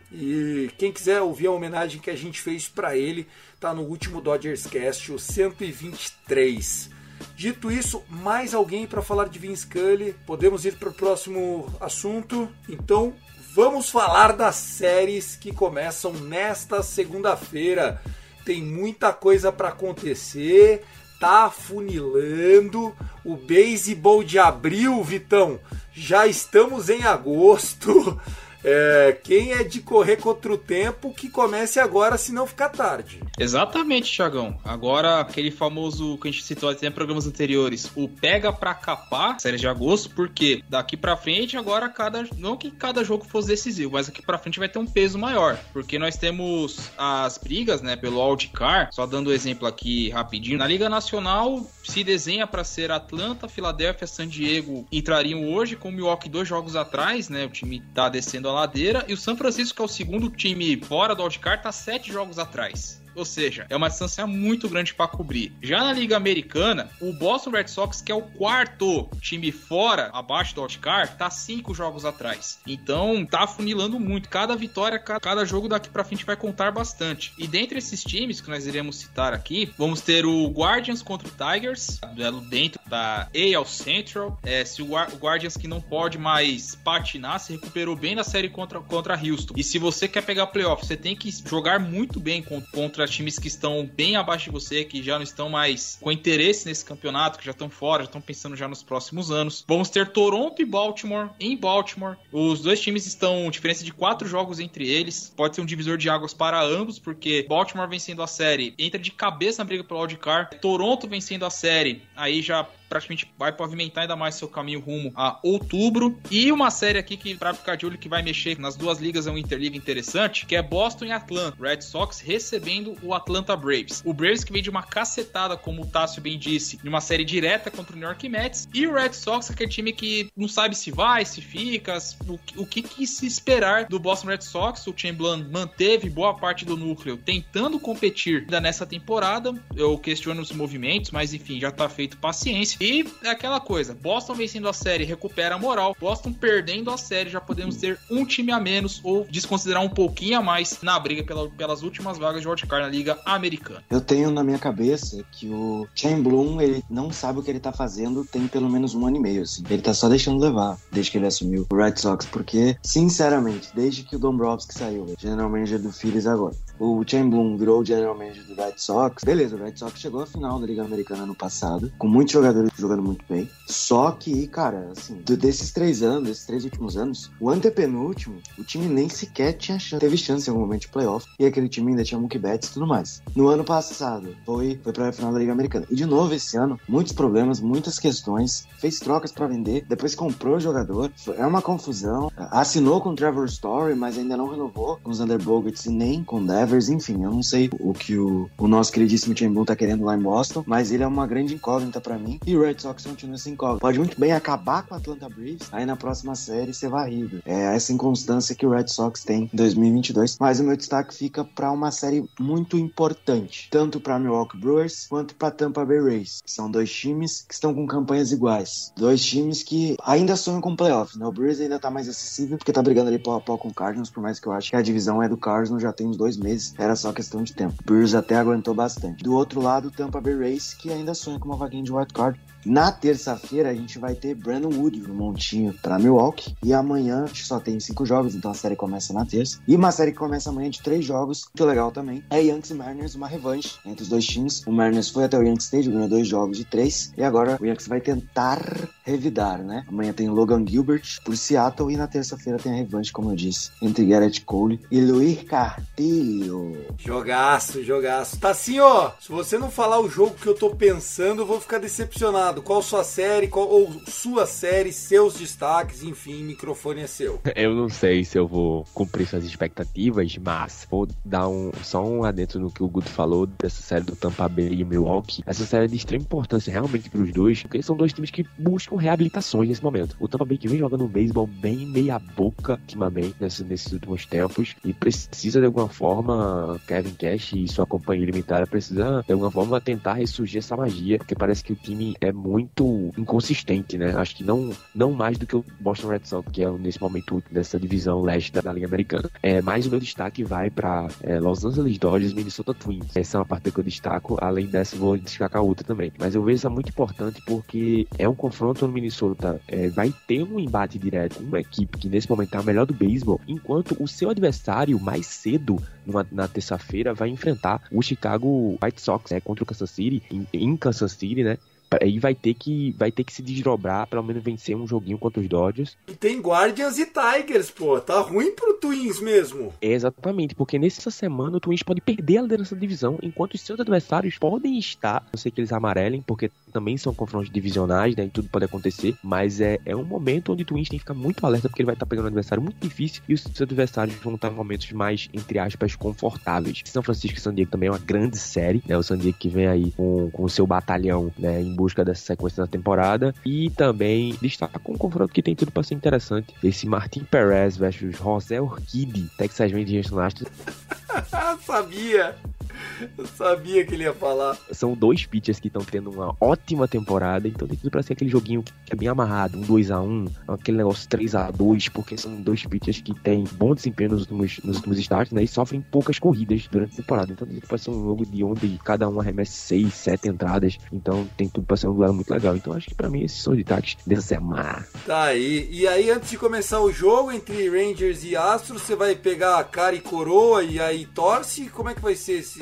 E quem quiser ouvir a homenagem que a gente fez para ele, tá no último Dodgers Cast, o 123. Dito isso, mais alguém para falar de Vin Scully? Podemos ir para o próximo assunto? Então, vamos falar das séries que começam nesta segunda-feira. Tem muita coisa para acontecer, tá afunilando. O beisebol de abril, Vitão, já estamos em agosto. Quem é de correr contra o tempo, que comece agora, se não ficar tarde. Exatamente, Thiagão. Agora, aquele famoso que a gente citou até em programas anteriores, o pega pra capar, série de agosto, porque daqui pra frente, agora, não que cada jogo fosse decisivo, mas daqui pra frente vai ter um peso maior, porque nós temos as brigas, né, pelo wildcard. Só dando o exemplo aqui rapidinho, na Liga Nacional se desenha para ser Atlanta, Filadélfia, San Diego entrariam hoje, com o Milwaukee 2 jogos atrás, né, o time tá descendo a ladeira, e o San Francisco, que é o segundo time fora do wildcard, tá 7 jogos atrás. Ou seja, é uma distância muito grande para cobrir. Já na Liga Americana, o Boston Red Sox, que é o quarto time fora, abaixo do wildcard, tá 5 jogos atrás. Então, tá afunilando muito. Cada vitória, cada jogo daqui para frente vai contar bastante. E dentre esses times que nós iremos citar aqui, vamos ter o Guardians contra o Tigers, duelo dentro da AL Central. Se o Guardians, que não pode mais patinar, se recuperou bem na série contra Houston. E se você quer pegar playoff, você tem que jogar muito bem contra times que estão bem abaixo de você, que já não estão mais com interesse nesse campeonato, que já estão fora, já estão pensando já nos próximos anos. Vamos ter Toronto e Baltimore em Baltimore. Os dois times estão diferença de 4 jogos entre eles. Pode ser um divisor de águas para ambos, porque Baltimore vencendo a série entra de cabeça na briga pelo wildcard. Toronto vencendo a série, aí já praticamente vai pavimentar ainda mais seu caminho rumo a outubro. E uma série aqui que, pra ficar de olho, que vai mexer nas duas ligas, é um interliga interessante, que é Boston e Atlanta. Red Sox recebendo o Atlanta Braves. O Braves que vem de uma cacetada, como o Tássio bem disse, de uma série direta contra o New York Mets. E o Red Sox, aquele time que não sabe se vai, se fica, o que se esperar do Boston Red Sox. O Chamberlain manteve boa parte do núcleo tentando competir ainda nessa temporada. Eu questiono os movimentos, mas enfim, já tá feito, paciência. E é aquela coisa, Boston vencendo a série recupera a moral, Boston perdendo a série já podemos ter um time a menos ou desconsiderar um pouquinho a mais na briga pelas últimas vagas de wildcard na Liga Americana. Eu tenho na minha cabeça que o Chamberlain, ele não sabe o que ele tá fazendo tem pelo menos 1 ano e meio, assim. Ele tá só deixando levar, desde que ele assumiu o Red Sox, porque, sinceramente, desde que o Dombrowski saiu, General Manager do Phillies agora, o Chamberlain virou o General Manager do Red Sox, beleza, o Red Sox chegou à final da Liga Americana ano passado, com muitos jogadores jogando muito bem, só que, cara, assim, desses 3 últimos anos, o antepenúltimo, o time nem sequer teve chance em algum momento de playoff, e aquele time ainda tinha Mookie Betts e tudo mais. No ano passado, foi pra final da Liga Americana. E de novo esse ano, muitos problemas, muitas questões, fez trocas pra vender, depois comprou o jogador, é uma confusão, assinou com o Trevor Story, mas ainda não renovou com os Xander Bogaerts e nem com o Devers, enfim, eu não sei o que o nosso queridíssimo Chamberlain tá querendo lá em Boston, mas ele é uma grande incógnita pra mim, e o Red Sox continua essa incógnita. Pode muito bem acabar com o Atlanta Braves, aí na próxima série ser varrido. É essa inconstância que o Red Sox tem em 2022, mas o meu destaque fica pra uma série muito importante, tanto pra Milwaukee Brewers quanto pra Tampa Bay Rays, que são 2 times que estão com campanhas iguais, 2 times que ainda sonham com playoffs, né? O Brewers ainda tá mais acessível, porque tá brigando ali pau a pau com o Cardinals, por mais que eu acho que a divisão é do Cardinals já tem uns 2 meses, era só questão de tempo. O Brewers até aguentou bastante. Do outro lado, o Tampa Bay Rays, que ainda sonha com uma vaguinha de wild card. Na terça-feira a gente vai ter Brandon Wood no montinho pra Milwaukee, e amanhã a gente só tem 5 jogos, então a série começa na terça. E uma série que começa amanhã de 3 jogos, muito legal também, é Yankees e Mariners, uma revanche entre os 2 times. O Mariners foi até o Yankee Stadium, ganhou 2 jogos de 3, e agora o Yankees vai tentar revidar, né? Amanhã tem Logan Gilbert por Seattle, e na terça-feira tem a revanche, como eu disse, entre Garrett Cole e Luiz Castillo. Jogaço. Tá assim, ó, se você não falar o jogo que eu tô pensando, eu vou ficar decepcionado. Qual sua série, ou sua série, seus destaques, enfim, o microfone é seu. Eu não sei se eu vou cumprir suas expectativas, mas vou dar só um adentro no que o Guto falou dessa série do Tampa Bay e Milwaukee. Essa série é de extrema importância realmente para os dois, porque são 2 times que buscam reabilitações nesse momento. O Tampa Bay que vem jogando um beisebol bem meia boca ultimamente, nesses últimos tempos, e precisa de alguma forma, Kevin Cash e sua companhia limitada precisa de alguma forma tentar ressurgir essa magia, porque parece que o time é muito inconsistente, né? Acho que não mais do que o Boston Red Sox, que é nesse momento último dessa divisão leste da Liga Americana. Mais o meu destaque vai para Los Angeles Dodgers e Minnesota Twins. Essa é uma parte que eu destaco, além dessa vou destacar outra também. Mas eu vejo essa muito importante porque é um confronto no Minnesota, vai ter um embate direto com uma equipe que nesse momento é a melhor do beisebol, enquanto o seu adversário mais cedo, na terça-feira, vai enfrentar o Chicago White Sox, contra o Kansas City, em Kansas City, né? Aí vai ter que se desdobrar, pelo menos vencer um joguinho contra os Dodgers. E tem Guardians e Tigers, pô. Tá ruim pro Twins mesmo. Exatamente, porque nessa semana o Twins pode perder a liderança da divisão, enquanto os seus adversários podem estar, não sei que eles amarelem, porque também são confrontos divisionais, né, e tudo pode acontecer, mas é um momento onde o Twins tem que ficar muito alerta, porque ele vai estar pegando um adversário muito difícil, e os seus adversários vão estar em momentos mais, entre aspas, confortáveis. São Francisco e San Diego também é uma grande série, né, o San Diego que vem aí com o seu batalhão, né, em busca dessa sequência da temporada, e também destaca um confronto que tem tudo para ser interessante, esse Martin Perez versus José Urquidy, Texas Rangers e Astros. Eu sabia que ele ia falar. São 2 pitchers que estão tendo uma ótima temporada, então tem tudo pra ser aquele joguinho que é bem amarrado, 2-1, aquele negócio 3-2, porque são 2 pitchers que têm bom desempenho nos últimos starts, né, e sofrem poucas corridas durante a temporada, então tem tudo pra ser um jogo de onde cada um arremessa 6, 7 entradas, então tem tudo pra ser um duelo muito legal, então acho que pra mim esses são os destaques dessa semana. Tá aí, e aí antes de começar o jogo entre Rangers e Astros, você vai pegar a cara e coroa e aí torce? Como é que vai ser esse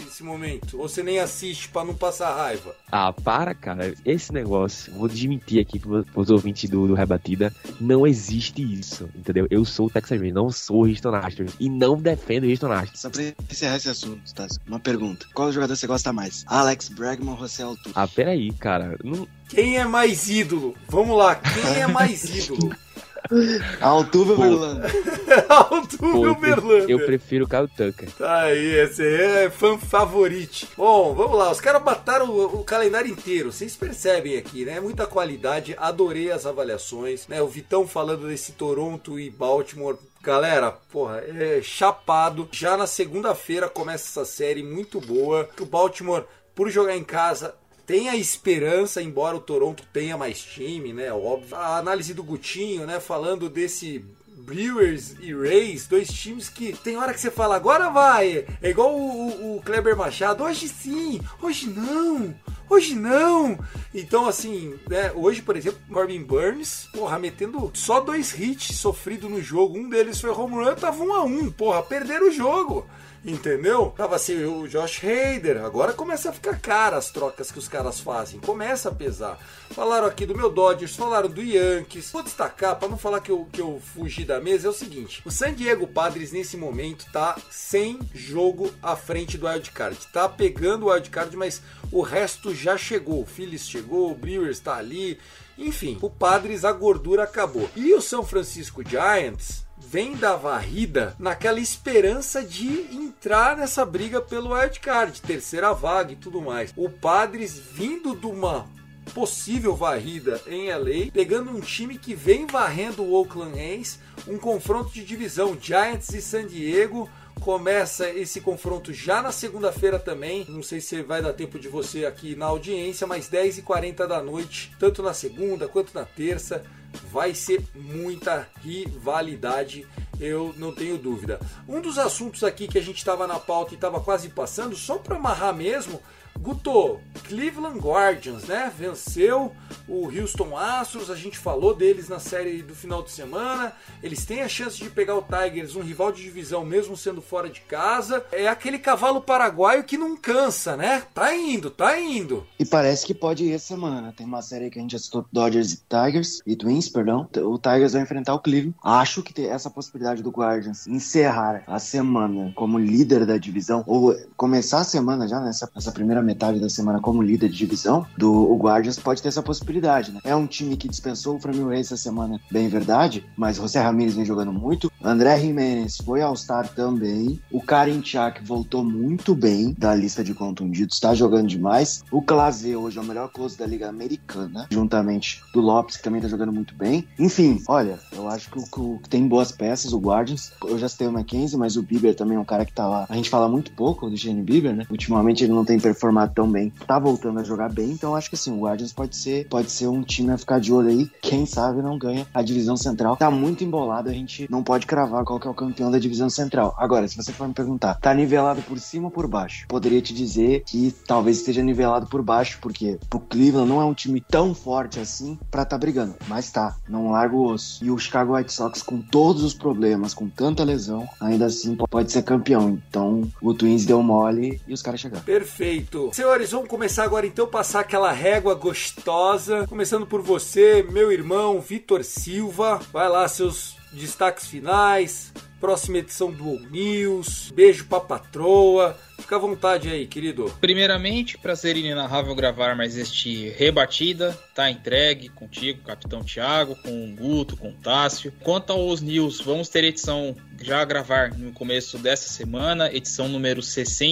nesse momento? Ou você nem assiste pra não passar raiva? Ah, para, cara. Esse negócio, vou desmentir aqui pros ouvintes do Rebatida, não existe isso, entendeu? Eu sou o Texas Rangers, não sou o Houston Astros e não defendo o Houston Astros. Só pra encerrar esse assunto, tá? Uma pergunta. Qual jogador você gosta mais? Alex Bregman ou José Altuve? Ah, peraí, cara. Não... Quem é mais ídolo? Vamos lá, quem é mais ídolo? Altuve ou Verlander? Altuve ou Verlander? Eu prefiro o Kyle Tucker. Tá aí, esse aí é fã favorito. Bom, vamos lá, os caras mataram o calendário inteiro, vocês percebem aqui, né? Muita qualidade, adorei as avaliações, né? O Vitão falando desse Toronto e Baltimore. Galera, porra, é chapado. Já na segunda-feira começa essa série muito boa. O Baltimore, por jogar em casa, tem a esperança, embora o Toronto tenha mais time, né? Óbvio. A análise do Gutinho, né? Falando desse Brewers e Rays, dois times que tem hora que você fala, agora vai. É igual o Kleber Machado, hoje sim, hoje não. Hoje não! Então, assim, né, hoje, por exemplo, Corbin Burnes, porra, metendo só 2 hits sofridos no jogo. Um deles foi home run, tava 1-1, porra, perderam o jogo. Entendeu? Tava assim o Josh Hader. Agora começa a ficar cara as trocas que os caras fazem. Começa a pesar. Falaram aqui do meu Dodgers, falaram do Yankees. Vou destacar, para não falar que eu fugi da mesa, é o seguinte. O San Diego Padres, nesse momento, tá sem jogo à frente do wildcard. Tá pegando o wildcard, mas o resto já chegou. O Phillies chegou, o Brewers tá ali. Enfim, o Padres, a gordura acabou. E o São Francisco Giants vem da varrida naquela esperança de entrar nessa briga pelo wildcard, terceira vaga e tudo mais. O Padres vindo de uma possível varrida em LA, pegando um time que vem varrendo o Oakland A's, um confronto de divisão Giants e San Diego. Começa esse confronto já na segunda-feira também. Não sei se vai dar tempo de você aqui na audiência, mas 10h40 da noite, tanto na segunda quanto na terça. Vai ser muita rivalidade, eu não tenho dúvida. Um dos assuntos aqui que a gente estava na pauta e estava quase passando, só para amarrar mesmo, Guto, Cleveland Guardians, né? Venceu o Houston Astros, a gente falou deles na série do final de semana. Eles têm a chance de pegar o Tigers, um rival de divisão, mesmo sendo fora de casa. É aquele cavalo paraguaio que não cansa, né? Tá indo, tá indo. E parece que pode ir essa semana. Tem uma série que a gente assistiu, Dodgers e Tigers, e Twins, perdão. O Tigers vai enfrentar o Cleveland. Acho que tem essa possibilidade do Guardians encerrar a semana como líder da divisão, ou começar a semana já nessa primeira metade da semana como líder de divisão, o Guardians pode ter essa possibilidade, né? É um time que dispensou o Framil Reis essa semana, bem verdade, mas José Ramírez vem jogando muito, André Giménez foi All-Star também, o Karinchak voltou muito bem da lista de contundidos, está jogando demais, o Clase hoje é o melhor close da Liga Americana, juntamente do Lopes, que também tá jogando muito bem. Enfim, olha, eu acho que tem boas peças, o Guardians. Eu já citei o Mackenzie, mas o Bieber também é um cara que tá lá. A gente fala muito pouco do Shane Bieber, né? Ultimamente ele não tem performado tão bem, tá voltando a jogar bem, então acho que assim, o Guardians pode ser um time a ficar de olho aí, quem sabe não ganha a divisão central. Tá muito embolado, a gente não pode cravar qual que é o campeão da divisão central. Agora, se você for me perguntar, tá nivelado por cima ou por baixo? Poderia te dizer que talvez esteja nivelado por baixo, porque o Cleveland não é um time tão forte assim pra tá brigando, mas tá, não larga o osso. E o Chicago White Sox, com todos os problemas, com tanta lesão, ainda assim pode ser campeão. Então o Twins deu mole e os caras chegaram. Perfeito. Senhores, vamos começar agora então, passar aquela régua gostosa, começando por você, meu irmão Vitor Silva. Vai lá, seus destaques finais, próxima edição do All News, beijo pra patroa. Fica à vontade aí, querido. Primeiramente, prazer inenarrável gravar mais este Rebatida. Tá entregue contigo, Capitão Thiago, com o Guto, com o Tássio. Quanto aos news, vamos ter edição já a gravar no começo dessa semana, edição número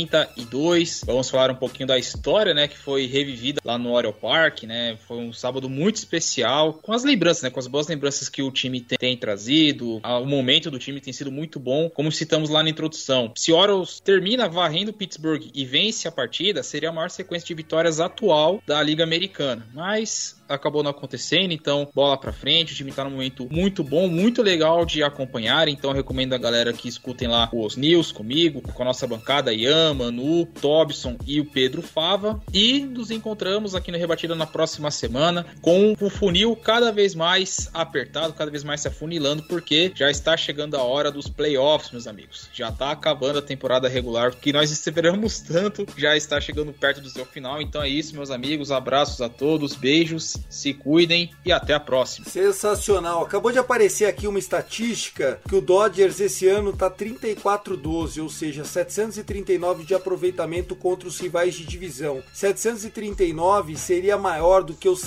62. Vamos falar um pouquinho da história, né, que foi revivida lá no Oriole Park, né? Foi um sábado muito especial, com as lembranças, né, com as boas lembranças que o time tem trazido. O momento do time tem sido muito bom, como citamos lá na introdução. Se o Orioles termina varrendo Pittsburgh e vence a partida, seria a maior sequência de vitórias atual da Liga Americana. Mas acabou não acontecendo, então bola pra frente, o time tá num momento muito bom, muito legal de acompanhar, então eu recomendo a galera que escutem lá os news comigo, com a nossa bancada, Ian, Manu, Tobson e o Pedro Fava, e nos encontramos aqui no Rebatida na próxima semana, com o funil cada vez mais apertado, cada vez mais se afunilando, porque já está chegando a hora dos playoffs, meus amigos, já tá acabando a temporada regular, que nós esperamos tanto, já está chegando perto do seu final, então é isso, meus amigos, abraços a todos, beijos, se cuidem e até a próxima. Sensacional, acabou de aparecer aqui uma estatística que o Dodgers esse ano tá 34-12, ou seja, 739 de aproveitamento contra os rivais de divisão. 739 seria maior do que os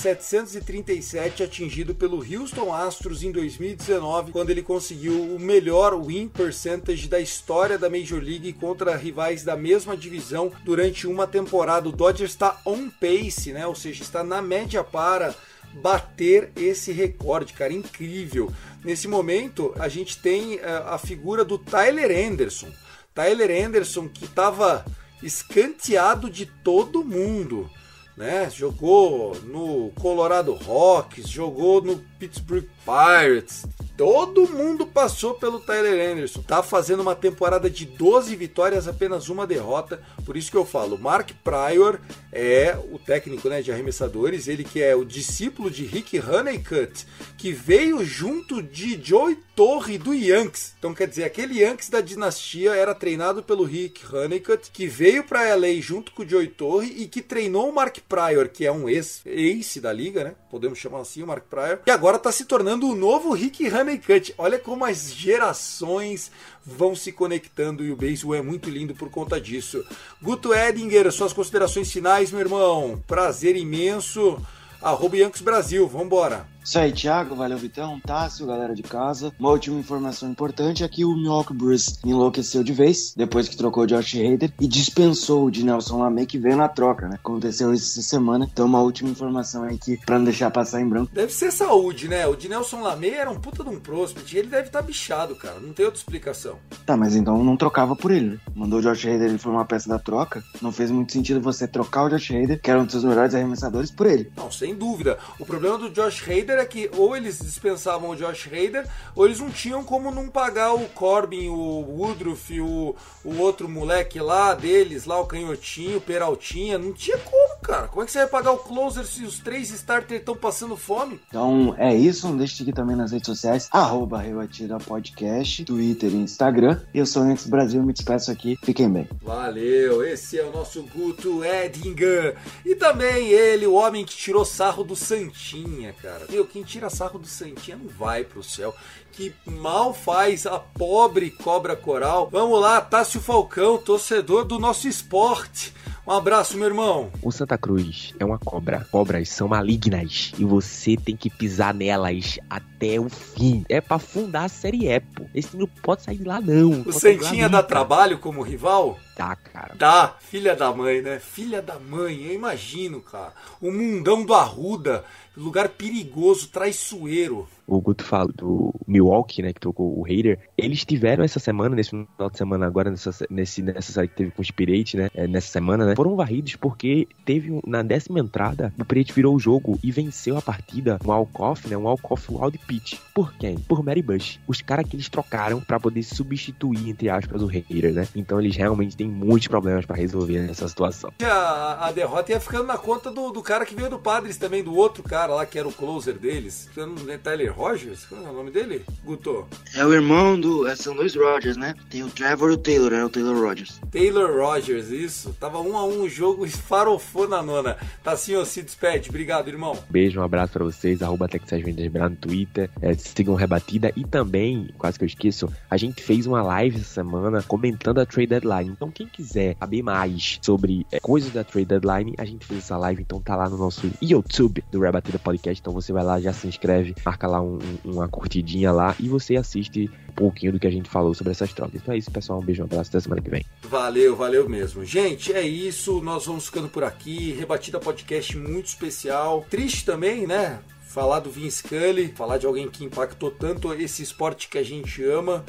737 atingido pelo Houston Astros em 2019, quando ele conseguiu o melhor win percentage da história da Major League contra rivais da mesma divisão durante uma temporada. O Dodgers está on pace, né? Ou seja, está na média para bater esse recorde, cara, incrível. Nesse momento, a gente tem a figura do Tyler Anderson. Tyler Anderson que estava escanteado de todo mundo, né? Jogou no Colorado Rockies, jogou no Pittsburgh Pirates. Todo mundo passou pelo Tyler Anderson. Tá fazendo uma temporada de 12 vitórias, apenas uma derrota. Por isso que eu falo, Mark Prior é o técnico, né, de arremessadores. Ele que é o discípulo de Rick Honeycutt, que veio junto de Joey Torre do Yankees. Então quer dizer, aquele Yankees da dinastia era treinado pelo Rick Honeycutt, que veio para LA junto com o Joey Torre e que treinou o Mark Prior, que é um ex-ace da liga, né? Podemos chamar assim o Mark Prior. E agora tá se tornando o novo Rick Honeycutt. Olha como as gerações vão se conectando e o beisebol é muito lindo por conta disso. Guto Edinger, suas considerações finais, meu irmão. Prazer imenso. @Yankees Brasil, vambora. Isso aí, Thiago, valeu Vitão, Tássio, galera de casa. Uma última informação importante é que o Milwaukee Brewers enlouqueceu de vez, depois que trocou o Josh Hader e dispensou o Dinelson Lamet, que veio na troca, né? Aconteceu isso essa semana, então uma última informação aí que, pra não deixar passar em branco. Deve ser saúde, né? O Dinelson Lamet era um puta de um prospect, ele deve estar bichado, cara, não tem outra explicação. Tá, mas então não trocava por ele, né? Mandou o Josh Hader, ele foi uma peça da troca, não fez muito sentido você trocar o Josh Hader, que era um dos seus melhores arremessadores, por ele. Não, sem dúvida. O problema do Josh Hader é que ou eles dispensavam o Josh Hader, ou eles não tinham como não pagar o Corbin, o Woodruff, o outro moleque lá deles, lá o Canhotinho, o Peraltinha, não tinha como, cara. Como é que você vai pagar o closer se os 3 starters estão passando fome? Então é isso, não deixe de seguir também nas redes sociais, @Rebatida Podcast, Twitter e Instagram. Eu sou o Yankees Brasil, me despeço aqui, fiquem bem. Valeu, esse é o nosso Guto Edinger. E também ele, o homem que tirou sarro do Santinha, cara. Meu, quem tira sarro do Santinha não vai pro céu. Que mal faz a pobre cobra coral. Vamos lá, Tássio Falcão, torcedor do nosso esporte. Um abraço, meu irmão. O Santa Cruz é uma cobra. Cobras são malignas e você tem que pisar nelas até o fim. É pra fundar a Série E, pô. Esse não pode sair de lá, não. O Santinha dá trabalho como rival? Dá, cara. Dá. Filha da mãe, né? Filha da mãe, eu imagino, cara. O mundão do Arruda, lugar perigoso, traiçoeiro. O Guto fala do Milwaukee, né, que trocou o Hader. Eles tiveram essa semana, nesse final de semana agora, nessa série que teve com o Spirit, né, nessa semana, né, foram varridos porque teve, na 10ª entrada, o Spirit virou o jogo e venceu a partida, um walk-off, né, um walk-off wild pitch. Por quem? Por Mary Bush. Os caras que eles trocaram pra poder substituir, entre aspas, o Hader, né. Então eles realmente têm muitos problemas pra resolver nessa situação. A derrota ia ficando na conta do cara que veio do Padres também, do outro cara lá, que era o closer deles. Tyler Rogers? Qual é o nome dele? Guto? É o irmão são dois Rogers, né? Tem o Trevor e o Taylor, é o Taylor Rogers. Taylor Rogers, isso. Tava 1-1 o jogo e farofou na nona. Tá assim, ó, se despede. Obrigado, irmão. Beijo, um abraço pra vocês. @TexasVendesBra no Twitter. Sigam Rebatida. E também, quase que eu esqueço, a gente fez uma live essa semana comentando a Trade Deadline. Então, quem quiser saber mais sobre coisas da Trade Deadline, a gente fez essa live. Então, tá lá no nosso YouTube do Rebatida Podcast. Então, você vai lá, já se inscreve, marca lá uma curtidinha lá e você assiste um pouquinho do que a gente falou sobre essas trocas. Então é isso, pessoal. Um beijo, um abraço, até semana que vem. Valeu mesmo. Gente, é isso. Nós vamos ficando por aqui. Rebatida Podcast muito especial. Triste também, né? Falar do Vin Scully, falar de alguém que impactou tanto esse esporte que a gente ama.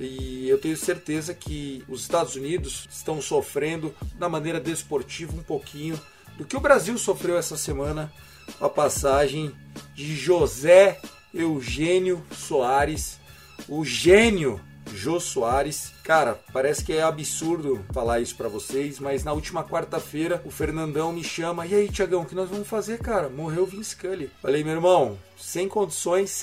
E eu tenho certeza que os Estados Unidos estão sofrendo da maneira desportiva um pouquinho do que o Brasil sofreu essa semana com a passagem de José Eugênio Soares, o gênio Jô Soares. Cara, parece que é absurdo falar isso pra vocês, mas na última quarta-feira o Fernandão me chama: e aí, Tiagão, o que nós vamos fazer, cara? Morreu o Vince Scully. Falei: meu irmão, sem condições,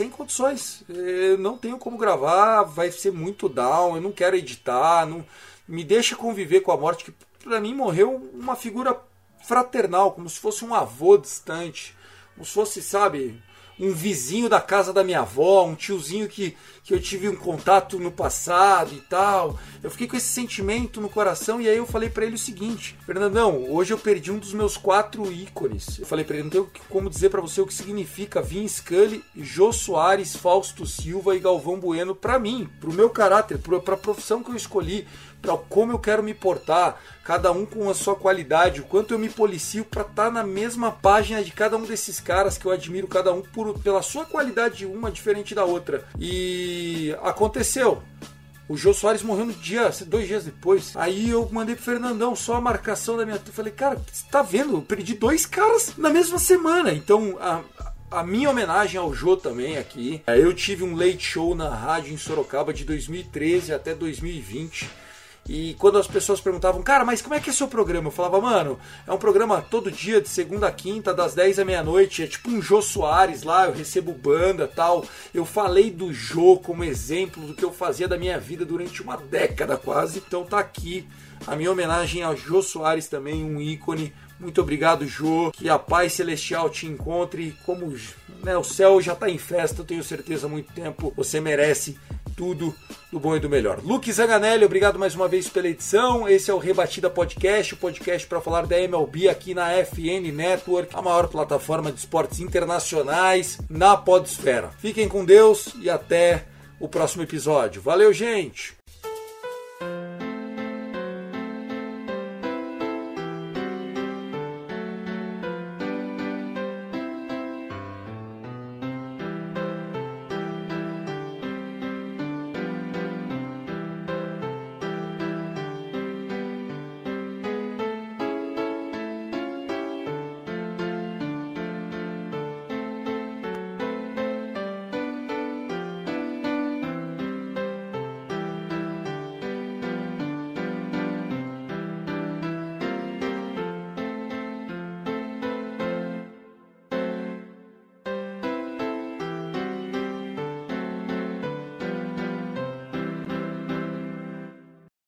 eu não tenho como gravar, vai ser muito down, eu não quero editar, não me deixa conviver com a morte, que pra mim morreu uma figura fraternal, como se fosse um avô distante, como se fosse, sabe, um vizinho da casa da minha avó, um tiozinho que eu tive um contato no passado e tal. Eu fiquei com esse sentimento no coração e aí eu falei pra ele o seguinte: Fernandão, hoje eu perdi um dos meus 4 ícones. Eu falei pra ele: não tenho como dizer pra você o que significa Vince Scully, Jô Soares, Fausto Silva e Galvão Bueno pra mim, pro meu caráter, pra profissão que eu escolhi, pra como eu quero me portar, cada um com a sua qualidade, o quanto eu me policio pra estar na mesma página de cada um desses caras que eu admiro, cada um pela sua qualidade, uma diferente da outra. E aconteceu. O Jô Soares morreu 2 dias depois. Aí eu mandei pro Fernandão só a marcação da minha... Eu falei: cara, você tá vendo? Eu perdi 2 caras na mesma semana. Então a minha homenagem ao Jô também aqui. Eu tive um late show na rádio em Sorocaba de 2013 até 2020. E quando as pessoas perguntavam: cara, mas como é que é seu programa? Eu falava: mano, é um programa todo dia, de segunda a quinta, das 10 à meia-noite, é tipo um Jô Soares lá, eu recebo banda e tal. Eu falei do Jô como exemplo do que eu fazia da minha vida durante uma década quase. Então tá aqui a minha homenagem ao Jô Soares também, um ícone. Muito obrigado, Jô. Que a paz celestial te encontre. Como, né, o céu já tá em festa, eu tenho certeza, há muito tempo. Você merece tudo do bom e do melhor. Luke Zanganelli, obrigado mais uma vez pela edição. Esse é o Rebatida Podcast, o podcast para falar da MLB aqui na FN Network, a maior plataforma de esportes internacionais na podosfera. Fiquem com Deus e até o próximo episódio. Valeu, gente!